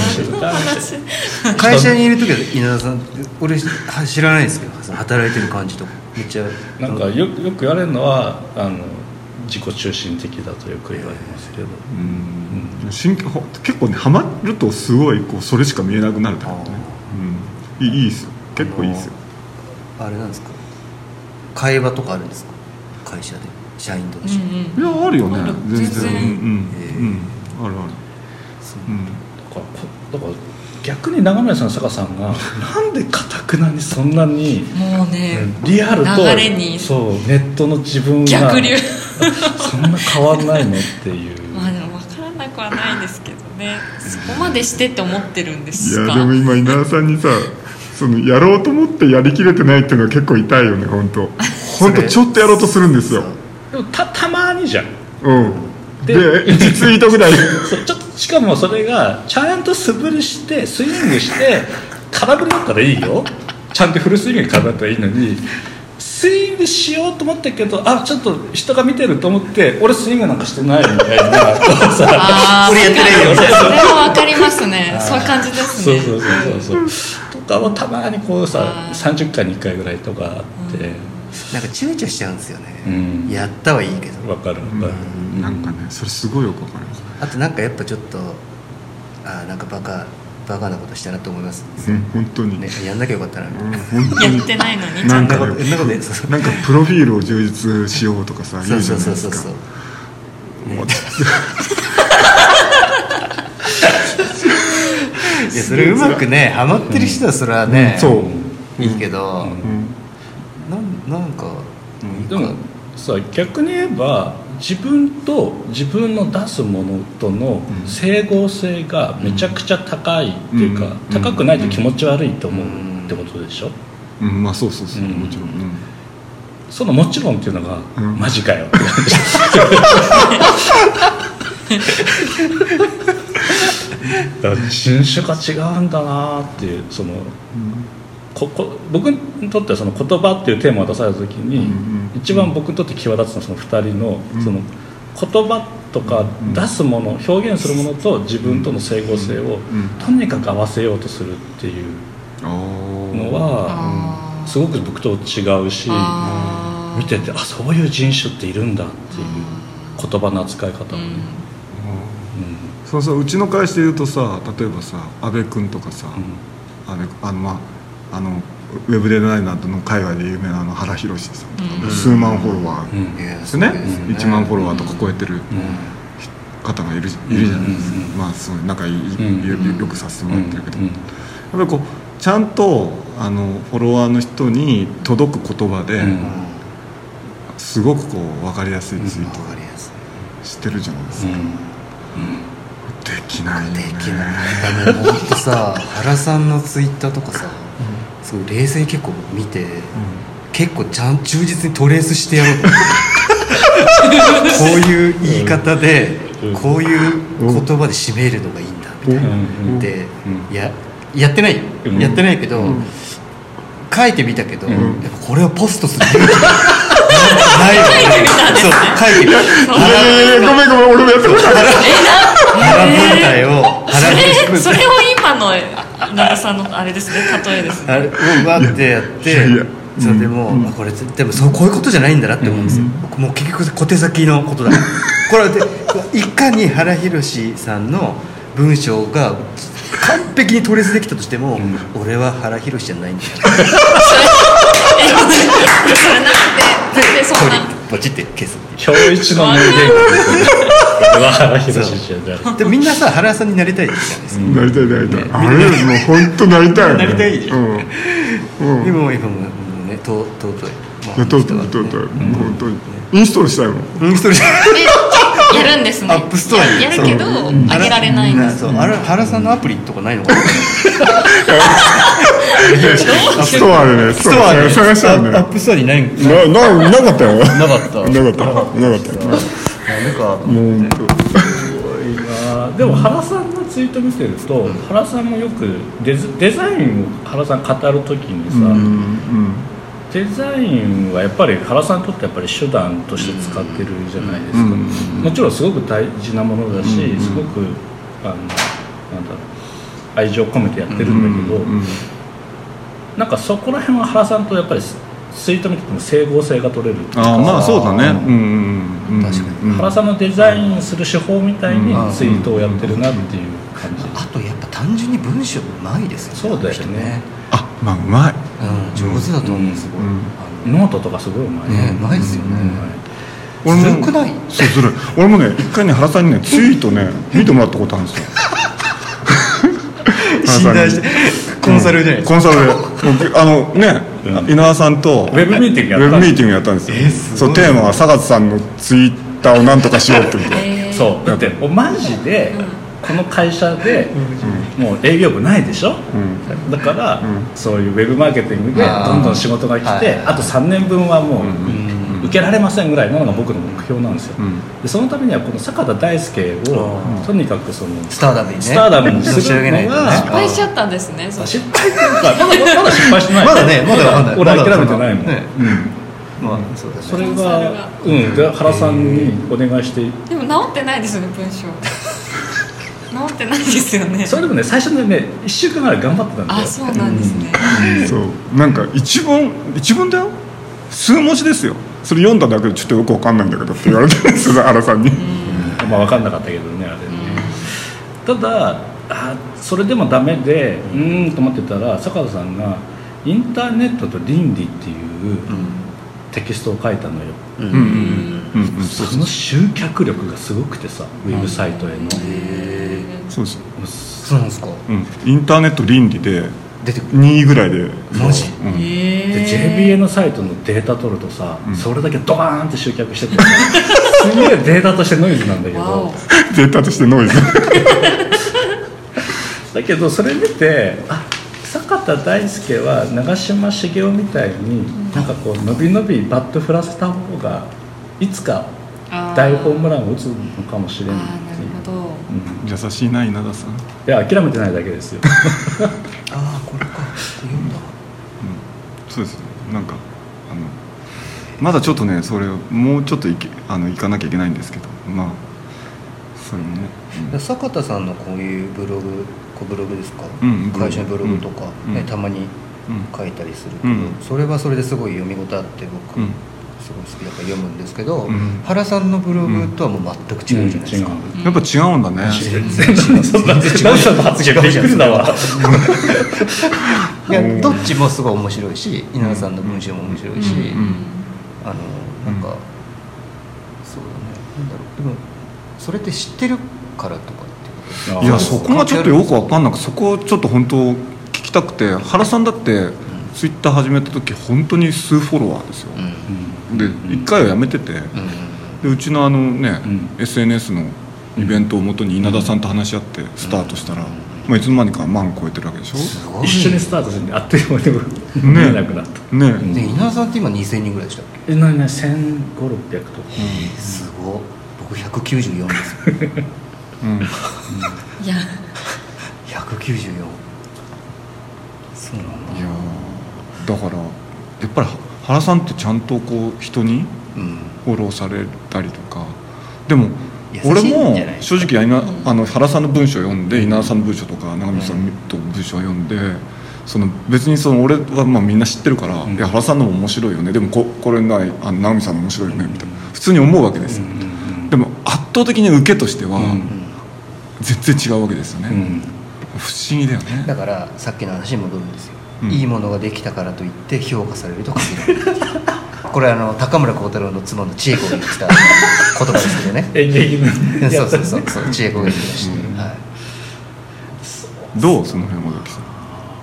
会社にいる時は稲田さん、俺知らないですけど、働いてる感じとかめっちゃなんかよく言われるのは自己中心的だとよく言われますけど、 結構ね、ハマるとすごいこうそれしか見えなくなるタイプね。いいですよ、結構いいですよ。 あれなんですか、会話とかあるんですか、会社で社員同士。いや、あるよね、全然。ある。 だから逆に長村さん、坂さんがなんでかたくなにそんなにもうね、 リアルと流れにそうネットの自分が逆流そんな変わんないのっていう。 でも分からなくはないですけどね。そこまでしてって思ってるんですか。 いやでも今稲田さんにさ、そのやろうと思ってやりきれてないっていうのは結構痛いよね。本当ちょっとやろうとするんですよ。 でもたまにじゃん。 で1ツイートぐらいそうちょっと、しかもそれがちゃんと素振りしてスイングして空振りだったらいいよ、ちゃんとフルスイングに空振りだったらいいのに、スイングしようと思ったけど、ちょっと人が見てると思って俺スイングなんかしてないみたいなさ俺やってないよ。 それは分かりますね。そういう感じですね。 そうとかはたまにこうさ30回に1回ぐらいとかあって、 なんか躊躇しちゃうんですよね、やったはいいけど。 わかるわかる、 なんかねそれすごいよくわかります。 あとなんかやっぱちょっとなんかバカなことしたなと思います、 本当に、 ね、やんなきゃよかったな、 やってないのになんかなんかプロフィールを充実しようとかさ言うじゃないですか。 いやそれうまくねハマってる人はそれはね、そういいけど、なんかでもさ逆に言えば自分の出すものとの整合性がめちゃくちゃ高いっていうか、高くないと気持ち悪いと思うってことでしょ。 まあそうそうそう、もちろん、 そのもちろんっていうのが、マジかよって感じだから人種が違うんだなっていうその、僕にとってはその言葉っていうテーマを出された時に、一番僕にとって際立つのはその2人のその言葉とか出すもの、表現するものと自分との整合性をとにかく合わせようとするっていうのはすごく僕と違うし、見ててそういう人種っているんだっていう言葉の扱い方もね、 そうそう、うちの会社で言うとさ、例えばさ安部君とかさ、ウェブデザイナーの海外で有名な原宏さんとか、数万フォロワーですね、1万フォロワーとか超えてる方がいるじゃないですか。まあすごい仲いい、よくさせてもらってるけど、やっぱりこうちゃんとフォロワーの人に届く言葉で、すごくこう分かりやすいツイートしてるじゃないですか。できないよね。 できない。もう本当さ原さんのツイッターとかさ、すごい冷静に結構見て、結構忠実にトレースしてやろうと思ってこういう言い方で、こういう言葉で締めるのがいいんだみたいな、でやってないけど、書いてみたけど、やっぱこれをポストする勇気がないよね。 書いてみたんですね。 書いてみた。 ごめん俺もやってことある。 原文体をそれを今の奈良さんのあれですね、例えですね。 バッてやってそれでもう、これでもこういうことじゃないんだなって思うんですよ。僕もう結局小手先のことだこれでいかに原宏さんの文章が完璧にトレースできたとしても、俺は原宏じゃないんだよそれなんでそんなポチって消す。 今日一の名言俺は原宏じゃない。 でもみんなさ原さんになりたいじゃないですか。 なりたい、あれもう本当なりたいよね。 なりたいじゃん。今もね尊い。 本当にインストールしたいもん。 インストールしたやるんですね。 アップストアにやるけど上げられないんです。 原さんのアプリとかないのかな。 ストアでね、探したよね。 アップストアにないなかったよ。 なかった。 でも原さんのツイート見てると、原さんもよくデザインを原さん語るときにさ、デザインはやっぱり原さんにとってやっぱり手段として使ってるじゃないですか。もちろんすごく大事なものだし、すごく愛情込めてやってるんだけど、なんかそこら辺は原さんとやっぱりツイート見てても整合性が取れるっていうか。 まあそうだね。 確かに原さんのデザインする手法みたいにツイートをやってるなっていう感じ。 あとやっぱ単純に文章うまいですよね。 そうだよね。 まあうまい。 上手だと思う。すごい。 ノートとかすごいうまい。 うまいですよね。 俺もずるくない？ そうずるい。俺もね一回ね原さんにねツイートね見てもらったことあるんですよ。 信頼してコンサルじゃないですか。 コンサルで稲川さんとウェブミーティングやったんですよ。そうテーマは佐勝さんのツイッターをなんとかしようって言って。 そうだってマジでこの会社でもう営業部ないでしょ。だからそういうウェブマーケティングでどんどん仕事が来て、あと3年分はもう受けられませんぐらいなのが僕の目標なんですよ。でそのためにはこの坂田大輔をとにかくそのスターダムにするのが失敗しちゃったんですね。 失敗っていうかまだ失敗してない。 まだね俺諦めてないもん。それが原さんにお願いして。 でも直ってないですよね、文章。直ってないですよね。 それでもね最初のね1週間ぐらい頑張ってたんで。 そうなんですね。 そうなんか一文だよ。 数文字ですよ。それ読んだだけでちょっとよく分かんないんだけどって言われてるんですよ原さんに。 まあ分かんなかったけどねあれね。ただそれでもダメでと思ってたら坂田さんがインターネットと倫理っていうテキストを書いたのよ。その集客力がすごくてさ、ウェブサイトへの。 そうです。 そうなんですか。 インターネット倫理で2位ぐらいで。 マジ？ で JBA のサイトのデータ取るとさ、それだけドバーンって集客しててすげえデータとしてノイズなんだけどデータとしてノイズだけどそれ見て坂田大輔は長嶋茂雄みたいになんかこう伸び伸びバット振らせた方がいつか大ホームランを打つのかもしれないっていう。 なるほど、 優しいな稲田さん。 いや諦めてないだけですよこれか読んだ。 そうです。なんかまだちょっとねそれもうちょっと行かなきゃいけないんですけど、まあそれもね、 坂田さんのこういうブログですか、会社のブログとか、たまに書いたりするけど、それはそれですごい読み応えあって僕、すごい好きだから読むんですけど、原さんのブログとはもう全く違うじゃないですか。 やっぱ違うんだね。 全然違う。全然違う発言びっくりだわ。いやどっちもすごい面白いし、稲田さんの文章も面白いし、なんかそうだね。なんだろう。でもそれって知ってるからとかってこと？ いやそこがちょっとよく分かんなくて、そこをちょっと本当聞きたくて。原さんだってツイッター始めた時本当に数フォロワーですよ。で1回はやめてて、でうちのSNS のイベントをもとに稲田さんと話し合ってスタートしたら、いつの間にか万超えてるわけでしょ。 一緒にスタートしてあっという間に見えなくなったね。で稲田さんって今2000人ぐらいでしたっけ ？1500、600とか。 すごい。僕194です。 いや 194。そうなんだ。 いやだからやっぱり原さんってちゃんとこう人にフォローされたりとか、でも俺も正直原さんの文章を読んで、稲田さんの文章とか長見さんの文章を読んで、別に俺はみんな知ってるから、いや原さんのも面白いよね、でもこれ長見さんの面白いよねみたいな普通に思うわけですよ。でも圧倒的に受けとしては全然違うわけですよね。不思議だよね。 だからさっきの話に戻るんですよ。いいものができたからといって評価されると限らない。これ高村光太郎の妻の千恵子が言ってた言葉ですけどね。そう千恵子が言ってました。 どうその辺はさん。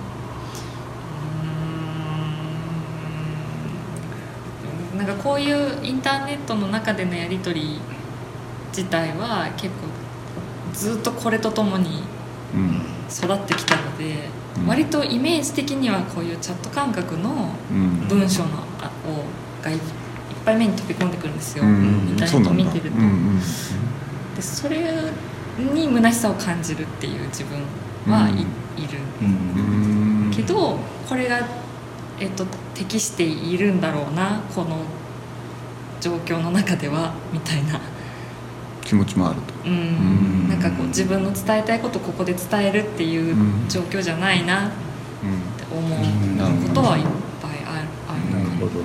なんかこういうインターネットの中でのやり取り自体は結構ずっとこれとともに育ってきたので、割とイメージ的にはこういうチャット感覚の文章がいっぱい目に飛び込んでくるんですよ、インターネット見てると。でそれに虚しさを感じるっていう自分はいるけど、これが、適しているんだろうなこの状況の中ではみたいな気持ちもあると。 なんかこう自分の伝えたいことをここで伝えるっていう状況じゃないなって思うことはいっぱいある。 なるほど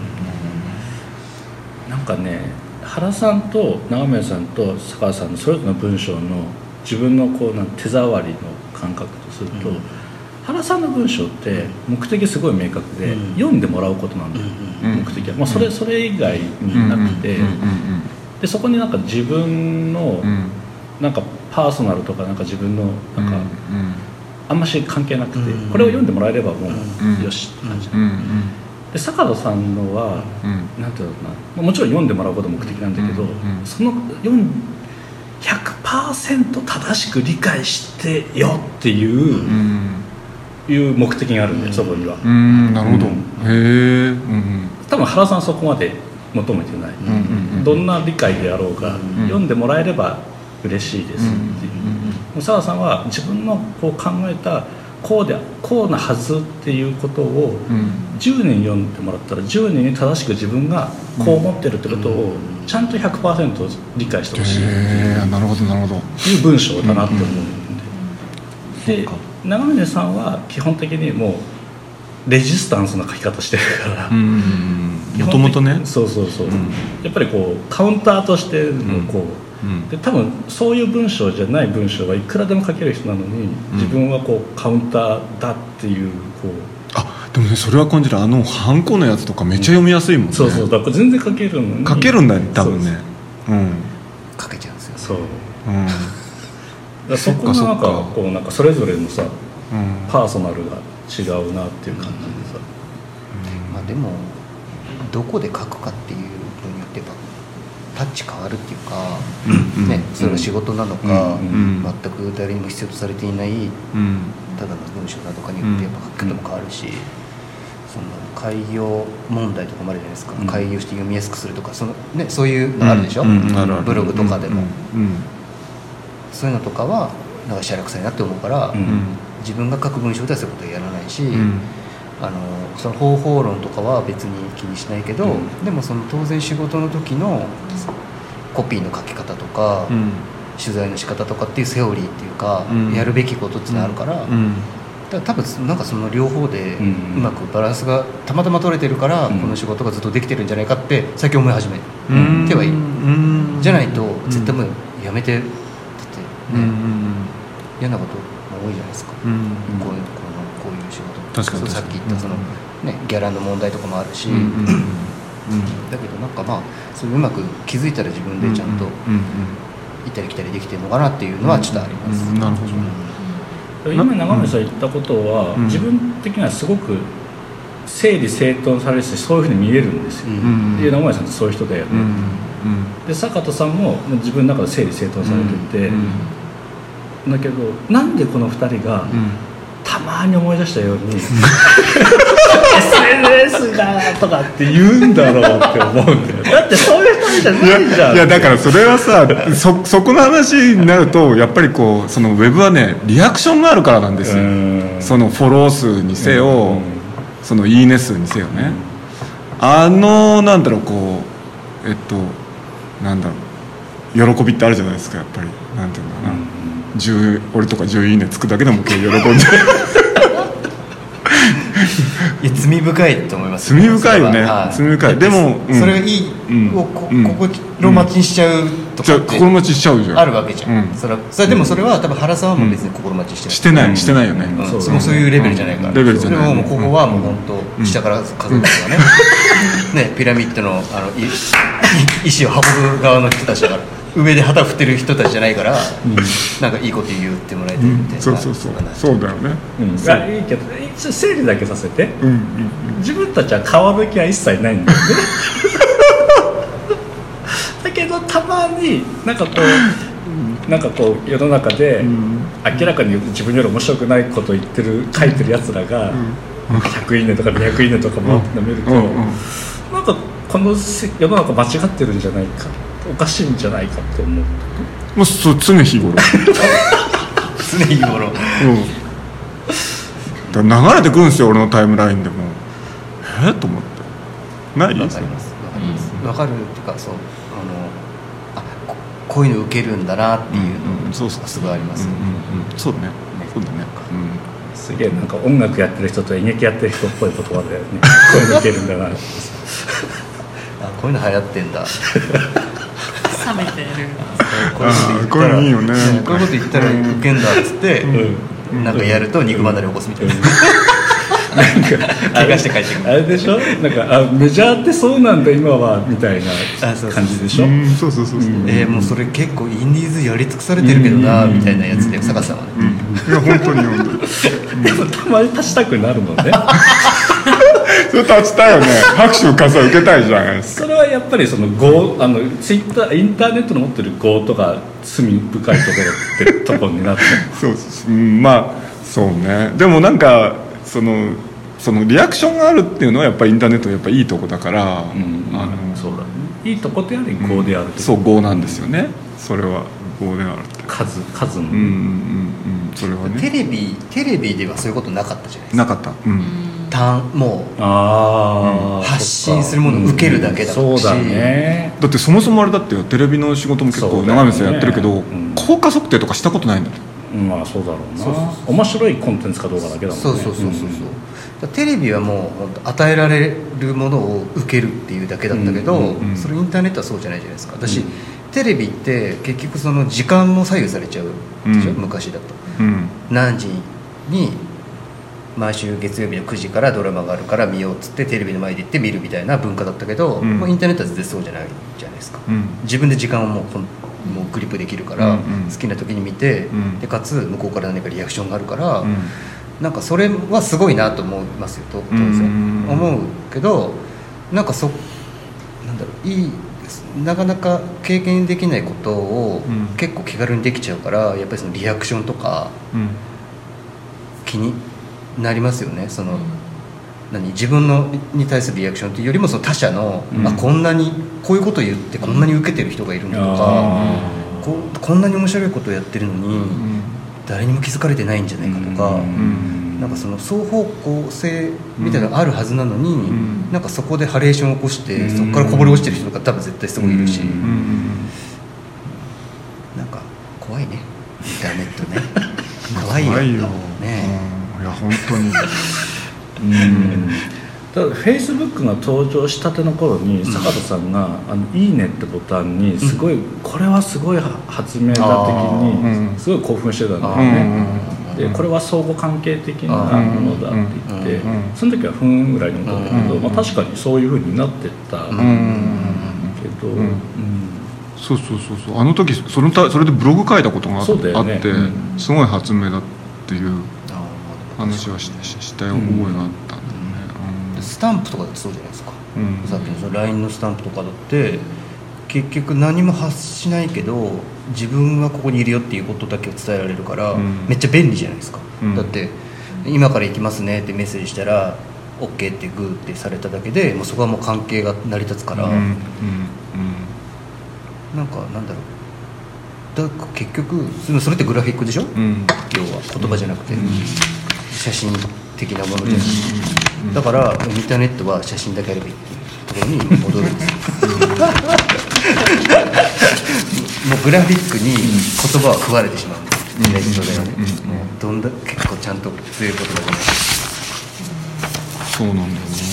な。なんかね、原さんと長宮さんと坂田さんのそれぞれの文章の自分のこう手触りの感覚とすると、原さんの文章って目的すごい明確で、読んでもらうことなんだよ、目的は。それ以外になくて、でそこになんか自分のなんかパーソナルとかなんか自分のなんかあんまし関係なくて、これを読んでもらえればもうよしって感じで、坂田さんのはなんていうのかな、もちろん読んでもらうことが目的なんだけど、その100% 正しく理解してよっていう目的があるんだよ、そこには。 なるほど。へえ。 多分原さんはそこまで求めてない、どんな理解であろうが、読んでもらえれば嬉しいですっていう。坂田さんは自分のこう考えたこうなはずっていうことを10年読んでもらったら、10年に正しく自分がこう思ってるってことをちゃんと 100% 理解してほしいっていうなるほどなるほどいう文章だなって思うんで、長峰さんは基本的にもうレジスタンスな書き方してるからもともとねそう、やっぱりこうカウンターとしてのこう、で多分そういう文章じゃない文章はいくらでも書ける人なのに、自分はこうカウンターだっていうこうでもねそれは感じる。ハンコのやつとかめっちゃ読みやすいもんね。 そうだから全然書けるのに書けるんだよね多分ね。 書けちゃうんですよ。 そう、だそこがなんかこうなんかそれぞれのさ、パーソナルが違うなっていう感じでさ、 まあでもどこで書くかっていうのによってタッチ変わるっていうか、ね、それが仕事なのか、全く誰にも必要とされていない、ただの文章なのかによってやっぱ書き方も変わるし、その開業問題とかもあるじゃないですか、開業して読みやすくするとかそういうのあるでしょ、ブログとかでも、そういうのとかはなんかしゃらくさいなって思うから、自分が書く文章ではそういうことはやらないし、その方法論とかは別に気にしないけど、でもその当然仕事の時のコピーの書き方とか、取材の仕方とかっていうセオリーっていうか、やるべきことっていうのがあるから、だから多分なんかその両方でうまくバランスがたまたま取れてるから、この仕事がずっとできてるんじゃないかって最近思い始めてはいる。じゃないと絶対もうやめてってね、嫌なことも多いじゃないですか、こういう仕事。 確かにさっき言ったその、ギャラの問題とかもあるし、だけどなんかまあそういううまく気づいたら自分でちゃんと行ったり来たりできてるのかなっていうのはちょっとあります。 なるほど。 今長村さん言ったことは、自分的にはすごく整理整頓されるし、そういうふうに見えるんですよ、で長村さんってそういう人だよね、で坂田さんも自分の中で整理整頓されてて、だけどなんでこの2人がたまに思い出したようにSNS がとかって言うんだろうって思うんだよ。だってそういう人じゃないじゃん。 いやだからそれはさそこの話になるとやっぱりこうそのウェブはねリアクションがあるからなんですよ。そのフォロー数にせよ、そのいいね数にせよね、なんだろうこうなんだろう喜びってあるじゃないですか。やっぱりなんていうのかな、俺とか10いいねつくだけでも喜んでいや罪深いと思います。 罪深いよね、罪深い。でもそれがいいを心待ちにしちゃうとかって心待ちしちゃうじゃん、 あるわけじゃん。でもそれは多分原さんはもう別に心待ちしてない、 してないよね。 そういうレベルじゃないから。 レベルじゃない。 でもここはもう本当下から数えるとかねピラミッドの石を運ぶ側の人たちだから、上で旗振ってる人たちじゃないから、なんかいいこと言ってもらえてるみたいな。 そうだよね。 いいけど一応整理だけさせて、自分たちは変わる気は一切ないんだよねだけどたまになんかこう世の中で明らかに自分より面白くないことを言ってる書いてるやつらが100いいねとか200いいねとかも見ると、なんかこの世の中間違ってるんじゃないか、おかしいんじゃないかって思う。 もう常日頃常日頃、 だ流れてくるんですよ俺のタイムラインでも。と思ってない？ わかりますわかるっていうか、そうこういうの受けるんだなっていうのがすごいあります。 そうだね。 すげえなんか音楽やってる人と演劇やってる人っぽい言葉だよねこういうの受けるんだなこういうの流行ってんだ冷めてる。 こういうのいいよね。 こういうこと言ったらウケんだっつってなんかやると肉離れ起こすみたいな。怪我して帰ってくる。 あれでしょ、なんかメジャーってそうなんだ今はみたいな感じでしょ。 そうもうそれ結構インディーズやり尽くされてるけどなみたいなやつで坂さんはね。 いや本当にでもたまに立ちたくなるのねそれ立ちたいよね。拍手を受けたいじゃないですか。 それはやっぱりそのツイッターインターネットの持ってる業とか罪深いところってところになってまあそうね。でもなんかそのリアクションがあるっていうのはやっぱりインターネットのやっぱいいとこだから、 そうだね、いいとこであり業であるって、 そう業なんですよね。それは業であるって数の、 それはね。 テレビではそういうことなかったじゃないですか。 なかった。 もう発信するものを受けるだけだし、 そうだね。 だってそもそもあれだってテレビの仕事も結構長見さんやってるけど、効果測定とかしたことないんだって。 まあそうだろうな。面白いコンテンツかどうかだけだもんね。 そうテレビはもう本当与えられるものを受けるっていうだけだったけど、それインターネットはそうじゃないじゃないですか。私、テレビって結局その時間も左右されちゃうでしょ、昔だと、何時に毎週月曜日の9時からドラマがあるから見ようっつってテレビの前で行って見るみたいな文化だったけど、もうインターネットは全然そうじゃないじゃないですか、自分で時間をもうクリップできるから、好きな時に見て、でかつ向こうから何かリアクションがあるから、なんかそれはすごいなと思いますよ当然、思うけど、なんかなんだろう、なかなか経験できないことを結構気軽にできちゃうから、やっぱりそのリアクションとか気になりますよね。その自分に対するリアクションというよりもその他者の、こんなにこういうことを言ってこんなに受けてる人がいるんだとか、こんなに面白いことをやってるのに、誰にも気づかれてないんじゃないかとか、なんかその双方向性みたいなのがあるはずなのに、なんかそこでハレーションを起こしてそこからこぼれ落ちてる人が多分絶対すごいいるし、なんか怖いねインターネットね怖いよね。 いや本当にただフェイスブックが登場したての頃に坂田さんが「いいね」ってボタンにすごい、これはすごい発明だ的にすごい興奮してたんだよね。でこれは相互関係的なものだって言って、その時はふんぐらいに思ったんだけど、確かにそういうふうになってったけど、 そうあの時それでブログ書いたことがあって、すごい発明だっていう話はした覚えがあったんだよね。 スタンプとかだってそうじゃないですか、さっきのその LINE のスタンプとかだって結局何も発しないけど自分はここにいるよっていうことだけを伝えられるから、めっちゃ便利じゃないですか、だって今から行きますねってメッセージしたら OK ってグーってされただけでもうそこはもう関係が成り立つから、なんかなんだろう、結局それってグラフィックでしょ、要は言葉じゃなくて、写真的なもので、だからインターネットは写真だけあればいいっていうところに戻るんですよもうグラフィックに言葉は食われてしまうんです、ネットではね、どんだ結構ちゃんと強い言葉じゃない。 そうなんだよね。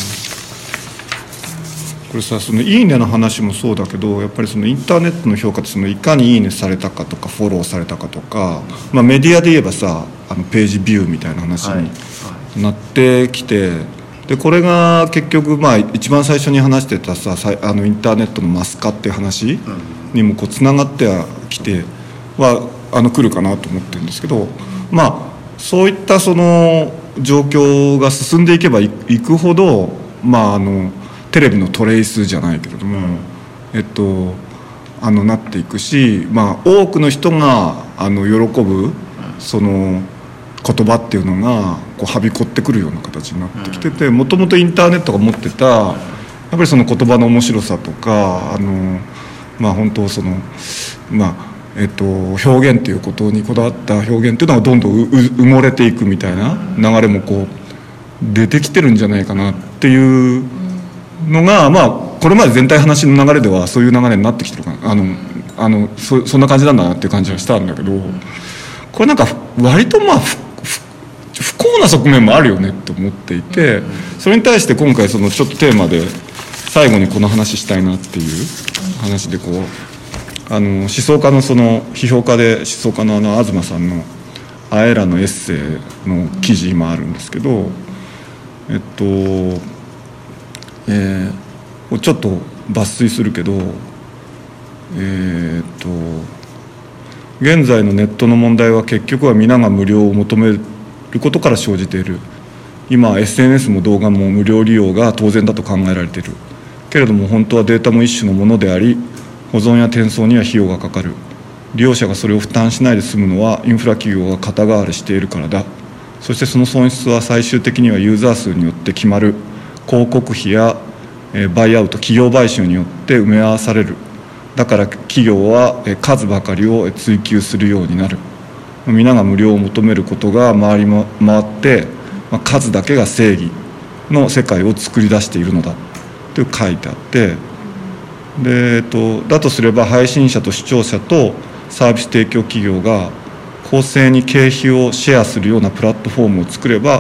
これさ、そのいいねの話もそうだけど、やっぱりそのインターネットの評価ってそのいかにいいねされたかとかフォローされたかとか、メディアで言えばさページビューみたいな話になってきて、でこれが結局一番最初に話してたさインターネットのマス化っていう話にもこうつながってはきては来るかなと思ってるんですけど、そういったその状況が進んでいけばいくほどテレビのトレイスじゃないけれども、なっていくし、多くの人が喜ぶその言葉っていうのがこうはびこってくるような形になってきてて、もともとインターネットが持ってたやっぱりその言葉の面白さとか本当その表現っていうことにこだわった表現っていうのがどんどん埋もれていくみたいな流れもこう出てきてるんじゃないかなっていうのが、これまで全体話の流れではそういう流れになってきてるかな、そんな感じなんだなっていう感じはしたんだけど、これなんか割と不幸な側面もあるよねって思っていて、それに対して今回そのちょっとテーマで最後にこの話したいなっていう話で、こう思想家のその批評家で思想家の東さんのあえらのエッセイの記事今あるんですけど、ちょっと抜粋するけど、現在のネットの問題は結局は皆が無料を求めることから生じている。今 SNS も動画も無料利用が当然だと考えられているけれども、本当はデータも一種のものであり、保存や転送には費用がかかる。利用者がそれを負担しないで済むのはインフラ企業が肩代わりしているからだ。そしてその損失は最終的にはユーザー数によって決まる広告費やバイアウト、企業買収によって埋め合わされる。だから企業は数ばかりを追求するようになる。皆が無料を求めることが回って、数だけが正義の世界を作り出しているのだと書いてあって、だとすれば配信者と視聴者とサービス提供企業が公正に経費をシェアするようなプラットフォームを作れば、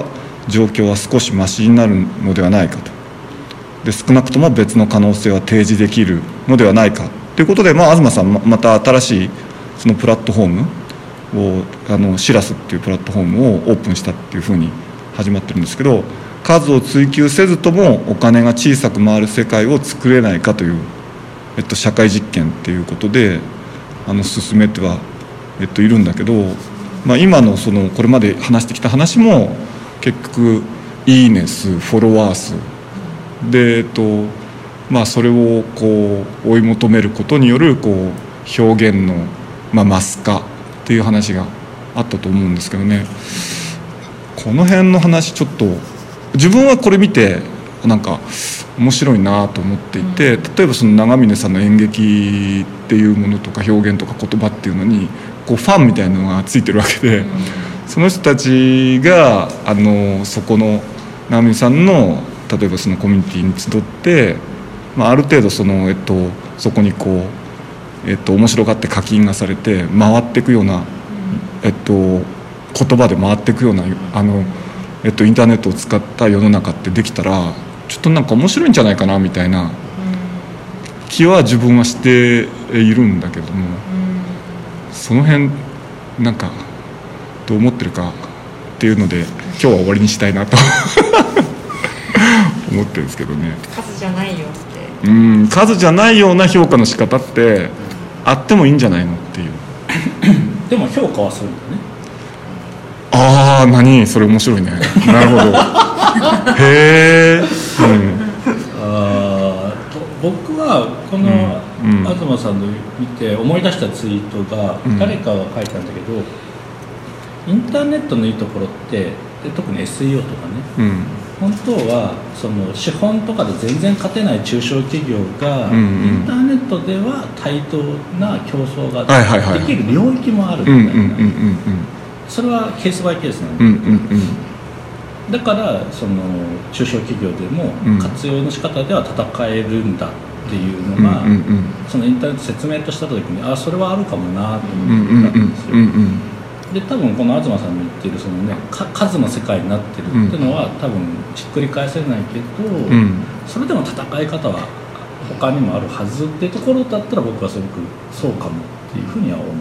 状況は少しマシになるのではないかと。で少なくとも別の可能性は提示できるのではないかということで、東さんまた新しいそのプラットフォームをシラスっていうプラットフォームをオープンしたっていうふうに始まってるんですけど、数を追求せずともお金が小さく回る世界を作れないかという、社会実験っていうことで進めては、いるんだけど、今のこれまで話してきた話も結局いいね数、フォロワー数で、それをこう追い求めることによるこう表現の、マス化っていう話があったと思うんですけどね。この辺の話ちょっと自分はこれ見てなんか面白いなと思っていて、例えばその長峰さんの演劇っていうものとか表現とか言葉っていうのにこうファンみたいなのがついてるわけで、その人たちがそこの長峰さんの例えばそのコミュニティに集って、ある程度そこにこう、面白がって課金がされて回っていくような、言葉で回っていくようなインターネットを使った世の中ってできたらちょっとなんか面白いんじゃないかなみたいな気は自分はしているんだけども、その辺なんかどう思ってるかっていうので今日は終わりにしたいなと思ってるんですけどね。 数じゃないよって、 数じゃないような評価の仕方ってあってもいいんじゃないのっていうでも評価はするんだね。 何それ面白いね。なるほどへえ、 僕はこの東さんの見て思い出したツイートが誰かが書いたんだけど、インターネットのいいところって特に SEO とかね、本当はその資本とかで全然勝てない中小企業が、インターネットでは対等な競争ができる領域もあるみたいな、それはケースバイケースなんだけど、だからその中小企業でも活用の仕方では戦えるんだっていうのが、そのインターネット説明とした時にそれはあるかもなと思ったんですよ。で多分この東さんの言っているその、ね、数の世界になってるっていうのは多分ひっくり返せないけど、それでも戦い方は他にもあるはずっていうところだったら僕はすごくそうかもっていうふうには思う。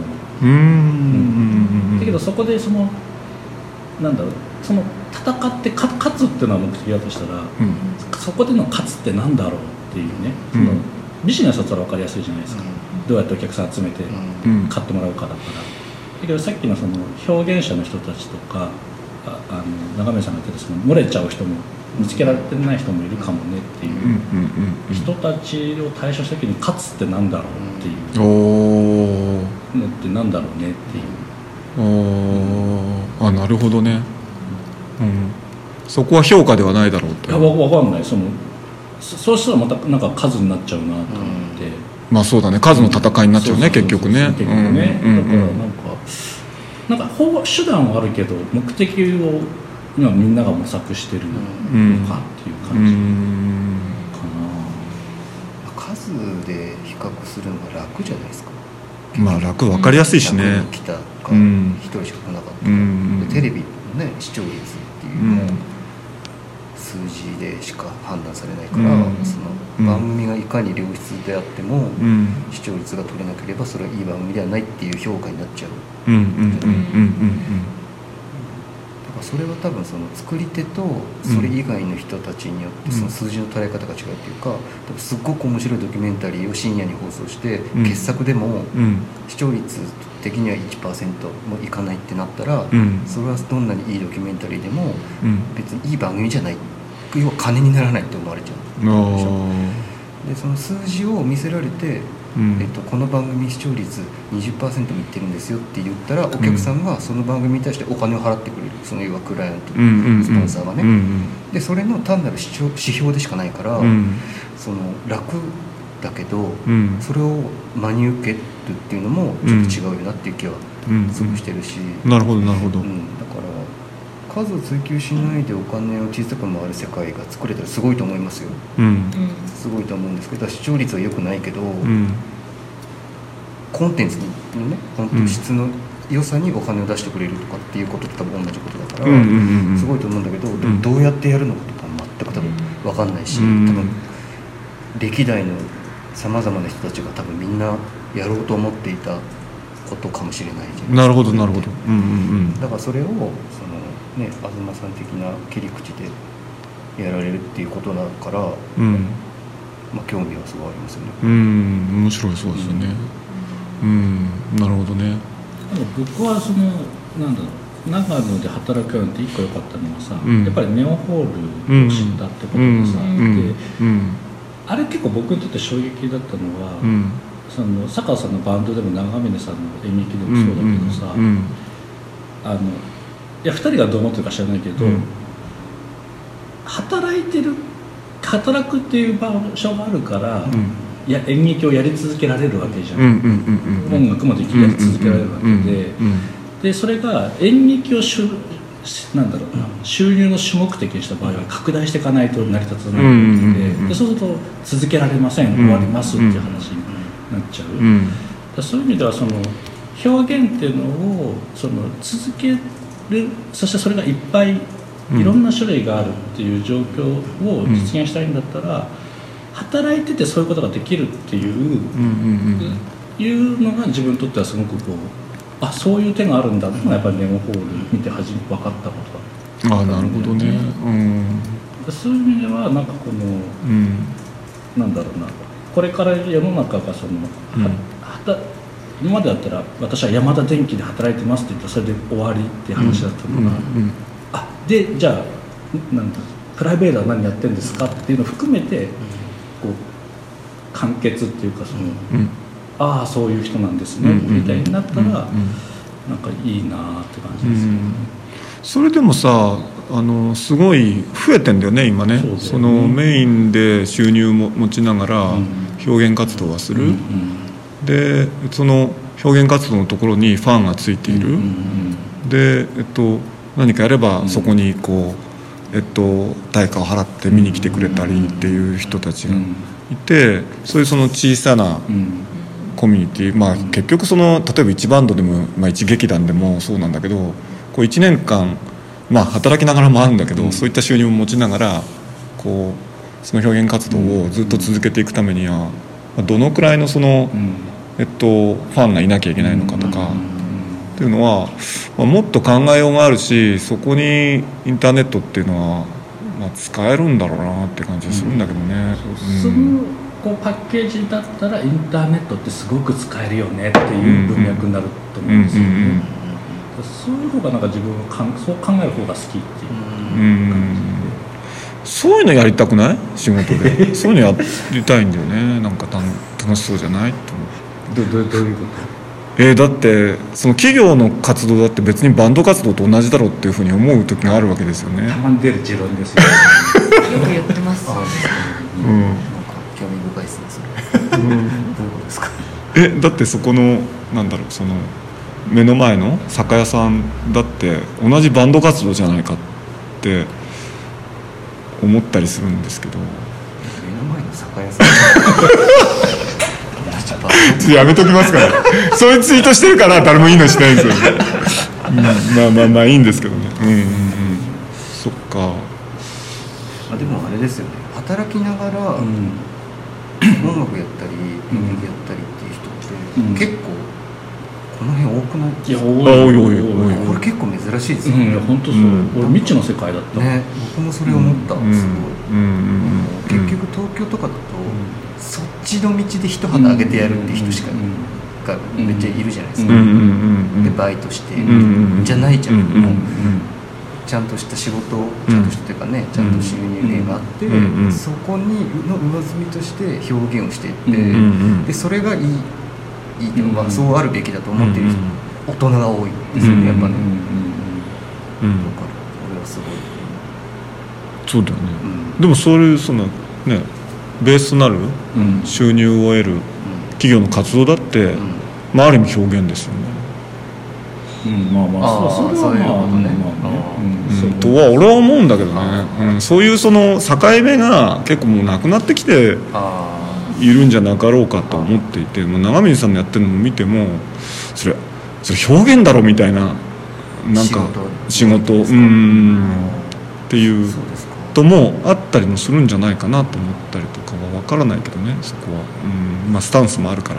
だけどそこでそのなんだろう、その戦って勝つっていうのは目的だとしたら、そこでの勝つってなんだろうっていうね、そのビジネスだったら分かりやすいじゃないですか、どうやってお客さん集めて買ってもらうかだから。だけどさっきのその表現者の人たちとか長峰さんが言ってたその漏れちゃう人も見つけられてない人もいるかもねっていう人たちを対処した時に勝つってなんだろうっていうのってなんだろうねっていう。 なるほどね、そこは評価ではないだろうって。 いや分かんない。そうしたらまたなんか数になっちゃうなと思って、 そうだね、数の戦いになっちゃうね結局ね。だからなんか手段はあるけど目的を今みんなが模索してるのかっていう感じかな。数で比較するのが楽じゃないですか。 楽、分かりやすいしね。 100人来たか1人しか来なかったか、テレビのね視聴率っていうのも数字でしか判断されないから、その番組がいかに良質であっても、視聴率が取れなければそれはいい番組ではないっていう評価になっちゃう。だからそれは多分その作り手とそれ以外の人たちによってその数字の捉え方が違うっていうか、多分すっごく面白いドキュメンタリーを深夜に放送して傑作でも視聴率的には 1% もいかないってなったら、それはどんなにいいドキュメンタリーでも別にいい番組じゃない、要は金にならないって思われちゃうで、その数字を見せられて、この番組視聴率 20% もいってるんですよって言ったら、お客さんがその番組に対してお金を払ってくれる、その要はクライアント、スポンサーがね、でそれの単なる指標でしかないから、その楽だけど、それを真に受けるっていうのもちょっと違うよなっていう気はすごくしてるし、 なるほどなるほど、 だから数を追求しないでお金を小さく回る世界が作れたらすごいと思いますよ、すごいと思うんですけど、視聴率は良くないけど、コンテンツのね、本当質の良さにお金を出してくれるとかっていうことと多分同じことだから、すごいと思うんだけど、でもどうやってやるのかとか全く多分分かんないし、多分歴代のさまざまな人たちが多分みんなやろうと思っていたことかもしれないじゃないですか。 なるほどなるほど、 だからそれをその、ね、東さん的な切り口でやられるっていうことだから、まあ、興味はすごいありますよね。 面白いそうですよね。なるほどね。 僕はそのなんだろう、長野で働くようになって一個良かったのはさ、やっぱりネオホールを知ったってことでさ、であれ結構僕にとって衝撃だったのは、その佐川さんのバンドでも長峰さんの演劇でもそうだけどさ、いや2人がどう思ってるか知らないけど、働くっていう場所があるから、いや演劇をやり続けられるわけじゃん、音楽もできやり続けられるわけで、でそれが演劇をなんだろうな、収入の主目的にした場合は拡大していかないと成り立たないわけで、そうすると続けられません、終わりますっていう話になっちゃう、そういう意味ではその表現っていうのをその続ける、そしてそれがいっぱいいろんな種類があるっていう状況を実現したいんだったら、働いててそういうことができるっていうのが自分にとってはすごくこう、そういう手があるんだっていうのがやっぱりネオホール見て初めて分かったことだった、 なるほどね。 そういう意味ではなんかこの、なんだろうな、これから世の中がその、今までだったら私はヤマダ電機で働いてますって言ったらそれで終わりっていう話だったのが、でじゃあなんだプライベートは何やってるんですかっていうのを含めてこう完結っていうかその、そういう人なんですねみたいになったらなんかいいなって感じですよね。 それでもさ、すごい増えてんだよね今ね。そのメインで収入も持ちながら表現活動はする、でその表現活動のところにファンがついている、で何かやればそこにこう、対価を払って見に来てくれたりっていう人たちがいて、そういうその小さなコミュニティ、結局その例えば一バンドでも、一劇団でもそうなんだけど、こう1年間、働きながらもあるんだけど、そういった収入を持ちながらこうその表現活動をずっと続けていくためには、どのくらいのその、ファンがいなきゃいけないのかとかっていうのは、もっと考えようがあるし、そこにインターネットっていうのは、使えるんだろうなって感じがするんだけどね。 そのこうパッケージだったらインターネットってすごく使えるよねっていう文脈になると思うんですよね。そういう方がなんか自分はそう考える方が好きっていう感じで、 そういうのやりたくない？仕事でそういうのやりたいんだよね。なんか楽しそうじゃないと思う。 どういうこと？ だってその企業の活動だって別にバンド活動と同じだろうっていうふうに思う時があるわけですよね。 たまに出る持論ですよよく言ってますよね。 なんか興味深いですねそれ。どういうことですか？ だってそこのなんだろう、その目の前の酒屋さんだって同じバンド活動じゃないかって思ったりするんですけど。 目の前の酒屋さんちょっとやめときますからそういうツイートしてるから誰もいいのしないんですよね。いいんですけどね。そっか。 でもあれですよね、働きながら音楽やったり演劇やったりっていう人って結構この辺多くない？ いや多い。 これ結構珍しいですよね。 本当そう。俺未知の世界だったね。僕もそれ思った。すごい。結局東京とかだとそっちの道で一旗あげてやるっていう人しかがめっちゃいるじゃないですか。でバイトしてじゃないじゃん。ちゃんとした仕事、ちゃんとしたというかね、ちゃんと収入源があって、そこにの上積みとして表現をしていって、でそれがいいというか、そうあるべきだと思っている大人が多いですよね、やっぱね。だから俺はすごい。 そうだよね。でもそういうそのね、ベースとなる収入を得る企業の活動だって、ある意味表現ですよね。 それはとは俺は思うんだけどね。そういうその境目が結構もうなくなってきているんじゃなかろうかと思っていて、長峰さんのやってるのを見てもそれそれ表現だろみたいな、なんか仕事っていうこともあったりもするんじゃないかなと思ったりとかは分からないけどね、そこは、まあ、スタンスもあるから、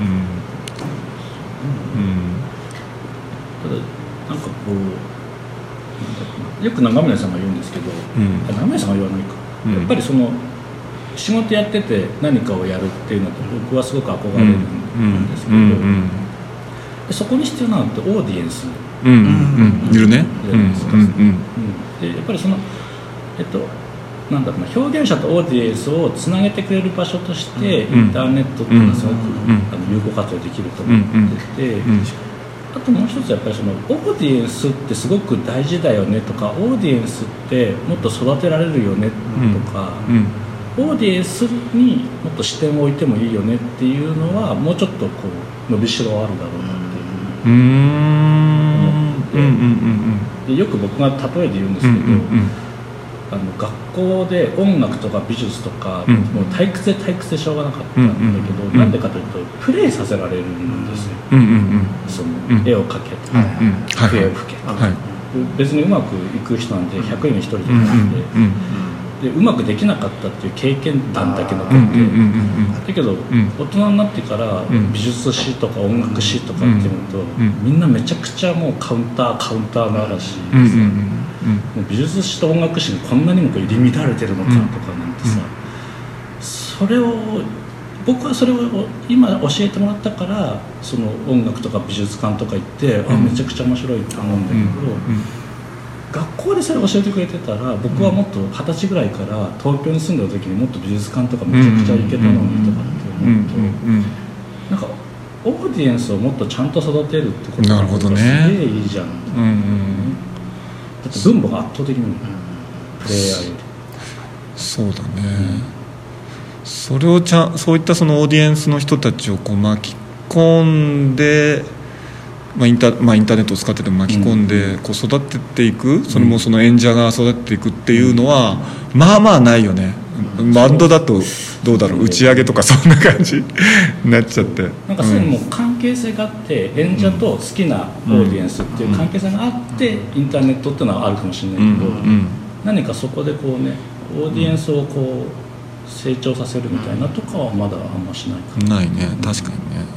ただなんかこうよく長峰さんが言うんですけど、長峰さんが言わないか、やっぱりその仕事やってて何かをやるっていうのと僕はすごく憧れるんですけど、でそこに必要なのってオーディエンスいるね。 でやっぱりそのなんだろうな、表現者とオーディエンスをつなげてくれる場所としてインターネットっていうのはすごく有効活用できると思ってて、あともう一つやっぱりそのオーディエンスってすごく大事だよねとか、オーディエンスってもっと育てられるよねとか、オーディエンスにもっと視点を置いてもいいよねっていうのはもうちょっとこう伸びしろはあるだろうなっていうふうに思って、でよく僕が例えで言うんですけど、学校で音楽とか美術とか、もう退屈でしょうがなかったんだけど、なんでかというとプレイさせられるんですよ。その絵を描けとか、笛を吹けとか、別にうまくいく人なんて100人に1人じゃなくて、でうまくできなかったっていう経験談だけ残って、だけど大人になってから美術史とか音楽史とかっていうと、みんなめちゃくちゃもうカウンターの嵐でさ、もう美術史と音楽史にこんなにも入り乱れてるのかとかなんてさ、それを僕はそれを今教えてもらったから、その音楽とか美術館とか行って、めちゃくちゃ面白いって思うんだけど、学校でそれ教えてくれてたら、僕はもっと20歳ぐらいから東京に住んだ時にもっと美術館とかめちゃくちゃ行けたのにとかって思うと、なんかオーディエンスをもっとちゃんと育てるってことがすげえいいじゃん。だって分母が圧倒的にプレイヤーより。 そうだね、それをそういったそのオーディエンスの人たちをこう巻き込んで、インターネットを使ってても巻き込んでこう育てていく、それもその演者が育てていくっていうのはまあまあないよね。バンドだとどうだろう、打ち上げとかそんな感じになっちゃって、 なんかそういうのも関係性があって、演者と好きなオーディエンスっていう関係性があってインターネットっていうのはあるかもしれないけど、何かそこでこうね、オーディエンスをこう成長させるみたいなとかはまだあんましないかな。 ないね、確かにね。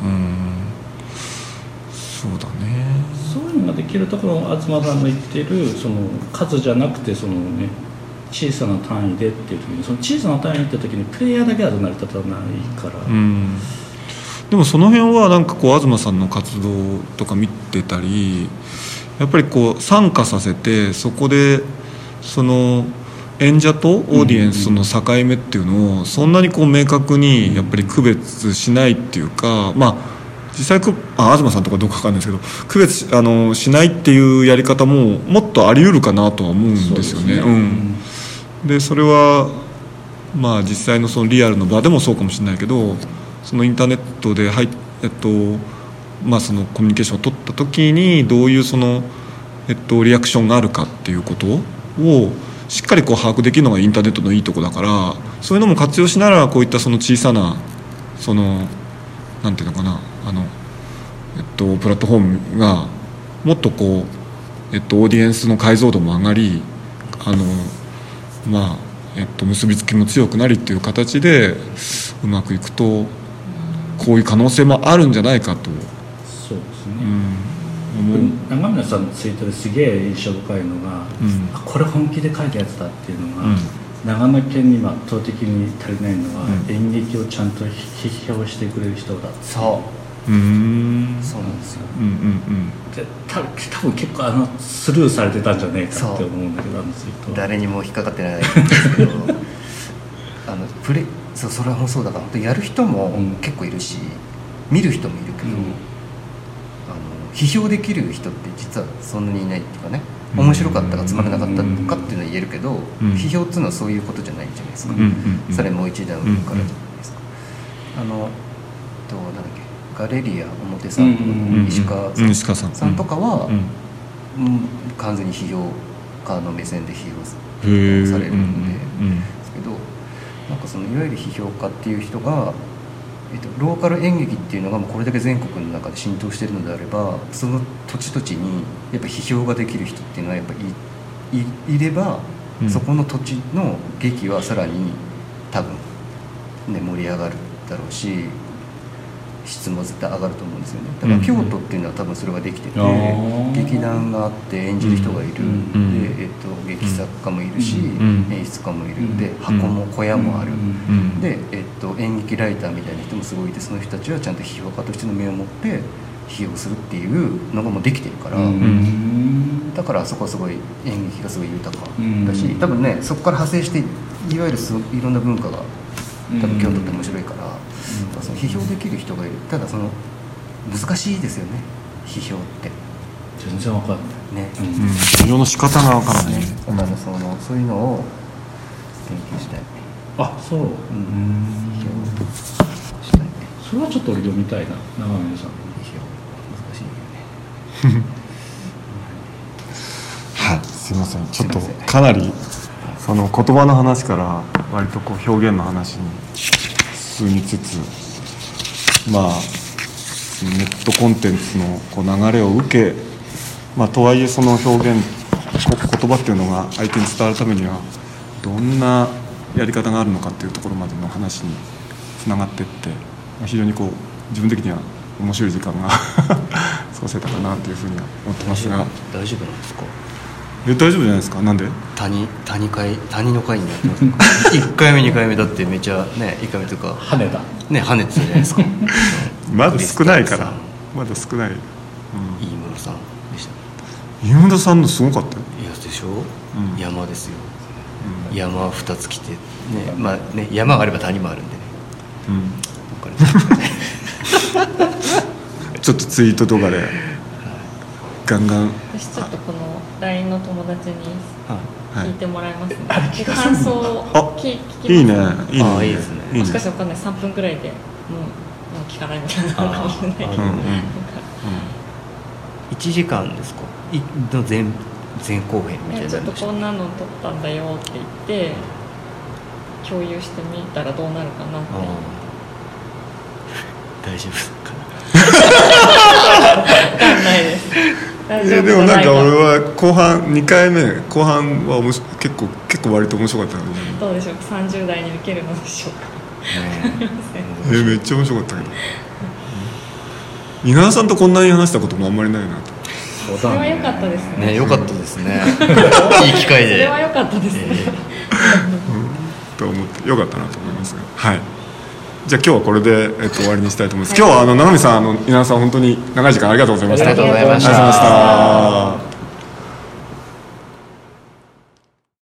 そうだね。 そういうのができるところ、東さんが言ってるその数じゃなくて、そのね、小さな単位でっていう時に、その小さな単位って時にプレイヤーだけだと成り立たないから、 でもその辺はなんかこう東さんの活動とか見てたり、やっぱりこう参加させて、そこでその演者とオーディエンスの境目っていうのをそんなにこう明確にやっぱり区別しないっていうか、実際東さんとかどうか分かんないですけど、区別しないっていうやり方ももっとあり得るかなとは思うんですよね。でそれは実際のそのリアルの場でもそうかもしれないけど、そのインターネットでそのコミュニケーションを取った時にどういうそのリアクションがあるかっていうことをしっかりこう把握できるのがインターネットのいいとこだから、そういうのも活用しながらこういったその小さなそのなんていうのかな、プラットフォームがもっとこうオーディエンスの解像度も上がり、結びつきも強くなりっていう形でうまくいくと、こういう可能性もあるんじゃないかと。 そうですね、長峰さんのツイートですげえ印象深いのが、これ本気で書いたやつだっていうのが、長野県に圧倒的に足りないのは、演劇をちゃんと批評してくれる人だって。そうなんですよ。で多分結構スルーされてたんじゃないかって思うんだけど、 誰にも引っかかってないんですけどそれはもうそうだから、本当やる人も結構いるし、見る人もいるけど、批評できる人って実はそんなにいないっていうかね、面白かったかつまらなかったとかっていうのは言えるけど、批評っていうのはそういうことじゃないじゃないですか。それもう一段上からじゃないですか。なんだっけ、ガレリア表参道の石川さんとかは、完全に批評家の目線で批評されるので、ですけど、なんかそのいわゆる批評家っていう人がローカル演劇っていうのがもうこれだけ全国の中で浸透しているのであれば、その土地土地にやっぱ批評ができる人っていうのはやっぱり いれば、そこの土地の劇はさらに多分、ね、盛り上がるだろうし、質も絶対上がると思うんですよね。だから京都っていうのは多分それができてて、劇団があって演じる人がいる、で、劇作家もいるし、演出家もいる、で箱も小屋もある、で、演劇ライターみたいな人もすごいいて、その人たちはちゃんと批評家としての目を持って批評するっていうのがもうできてるから、だからそこはすごい演劇がすごい豊かだし、多分ねそこから派生していわゆるいろんな文化が多分京都って面白いから、その批評できる人がいる。ただその難しいですよね、批評って全然わかんないね、 批評の仕方がわからない、 だからそういうのを研究したい。 あ、そう、 批評したいね。 それはちょっと俺読みたいな、長峰さん。 批評難しいよねはい、すいません、ちょっとかなりその言葉の話から割とこう表現の話に進みつつ、まあネットコンテンツのこう流れを受け、まあとはいえその表現言葉っていうのが相手に伝わるためにはどんなやり方があるのかっていうところまでの話につながっていって、非常にこう自分的には面白い時間が過ごせたかなというふうには思ってますが。 大丈夫なんですか？ 大丈夫じゃないですか。なんで？ 谷の会になってますか1回目2回目だってめっちゃね、1回目とか羽田ね、跳ねてたじゃないですかまだ少ないから、まだ少ない、 飯村さんでした。 飯村さんのすごかったよ。 いやでしょ、山ですよ、山2つ来てね、まあね、山があれば谷もあるんでね、 ちょっとツイートとかでガンガン。 私ちょっとこの LINE の友達に聞いてもらいますね、 感想を聞きます。 いいね、いいね、 いいですね。 もしかしてわかんない、3分くらいでもう聞かないみたいなのかもしれないけど、 1時間ですかの前後編みたいな。 ちょっとこんなの撮ったんだよって言って共有してみたらどうなるかなって。 大丈夫ですか？ 分かんないです。 でもなんか俺は後半2回目後半は結構割と面白かったので、 どうでしょう、30代に受けるのでしょうか。 めっちゃ面白かったけど、稲田さんとこんなに話したこともあんまりないなと。 それは良かったですね。 良かったですねいい機会で。 それは良かったですね、 と思って良かったなと思いますが、はい。じゃあ今日はこれで、終わりにしたいと思います。今日は長見さん、稲田さん本当に長い時間ありがとうございました。 ありがとうございました。 ありがとうございました。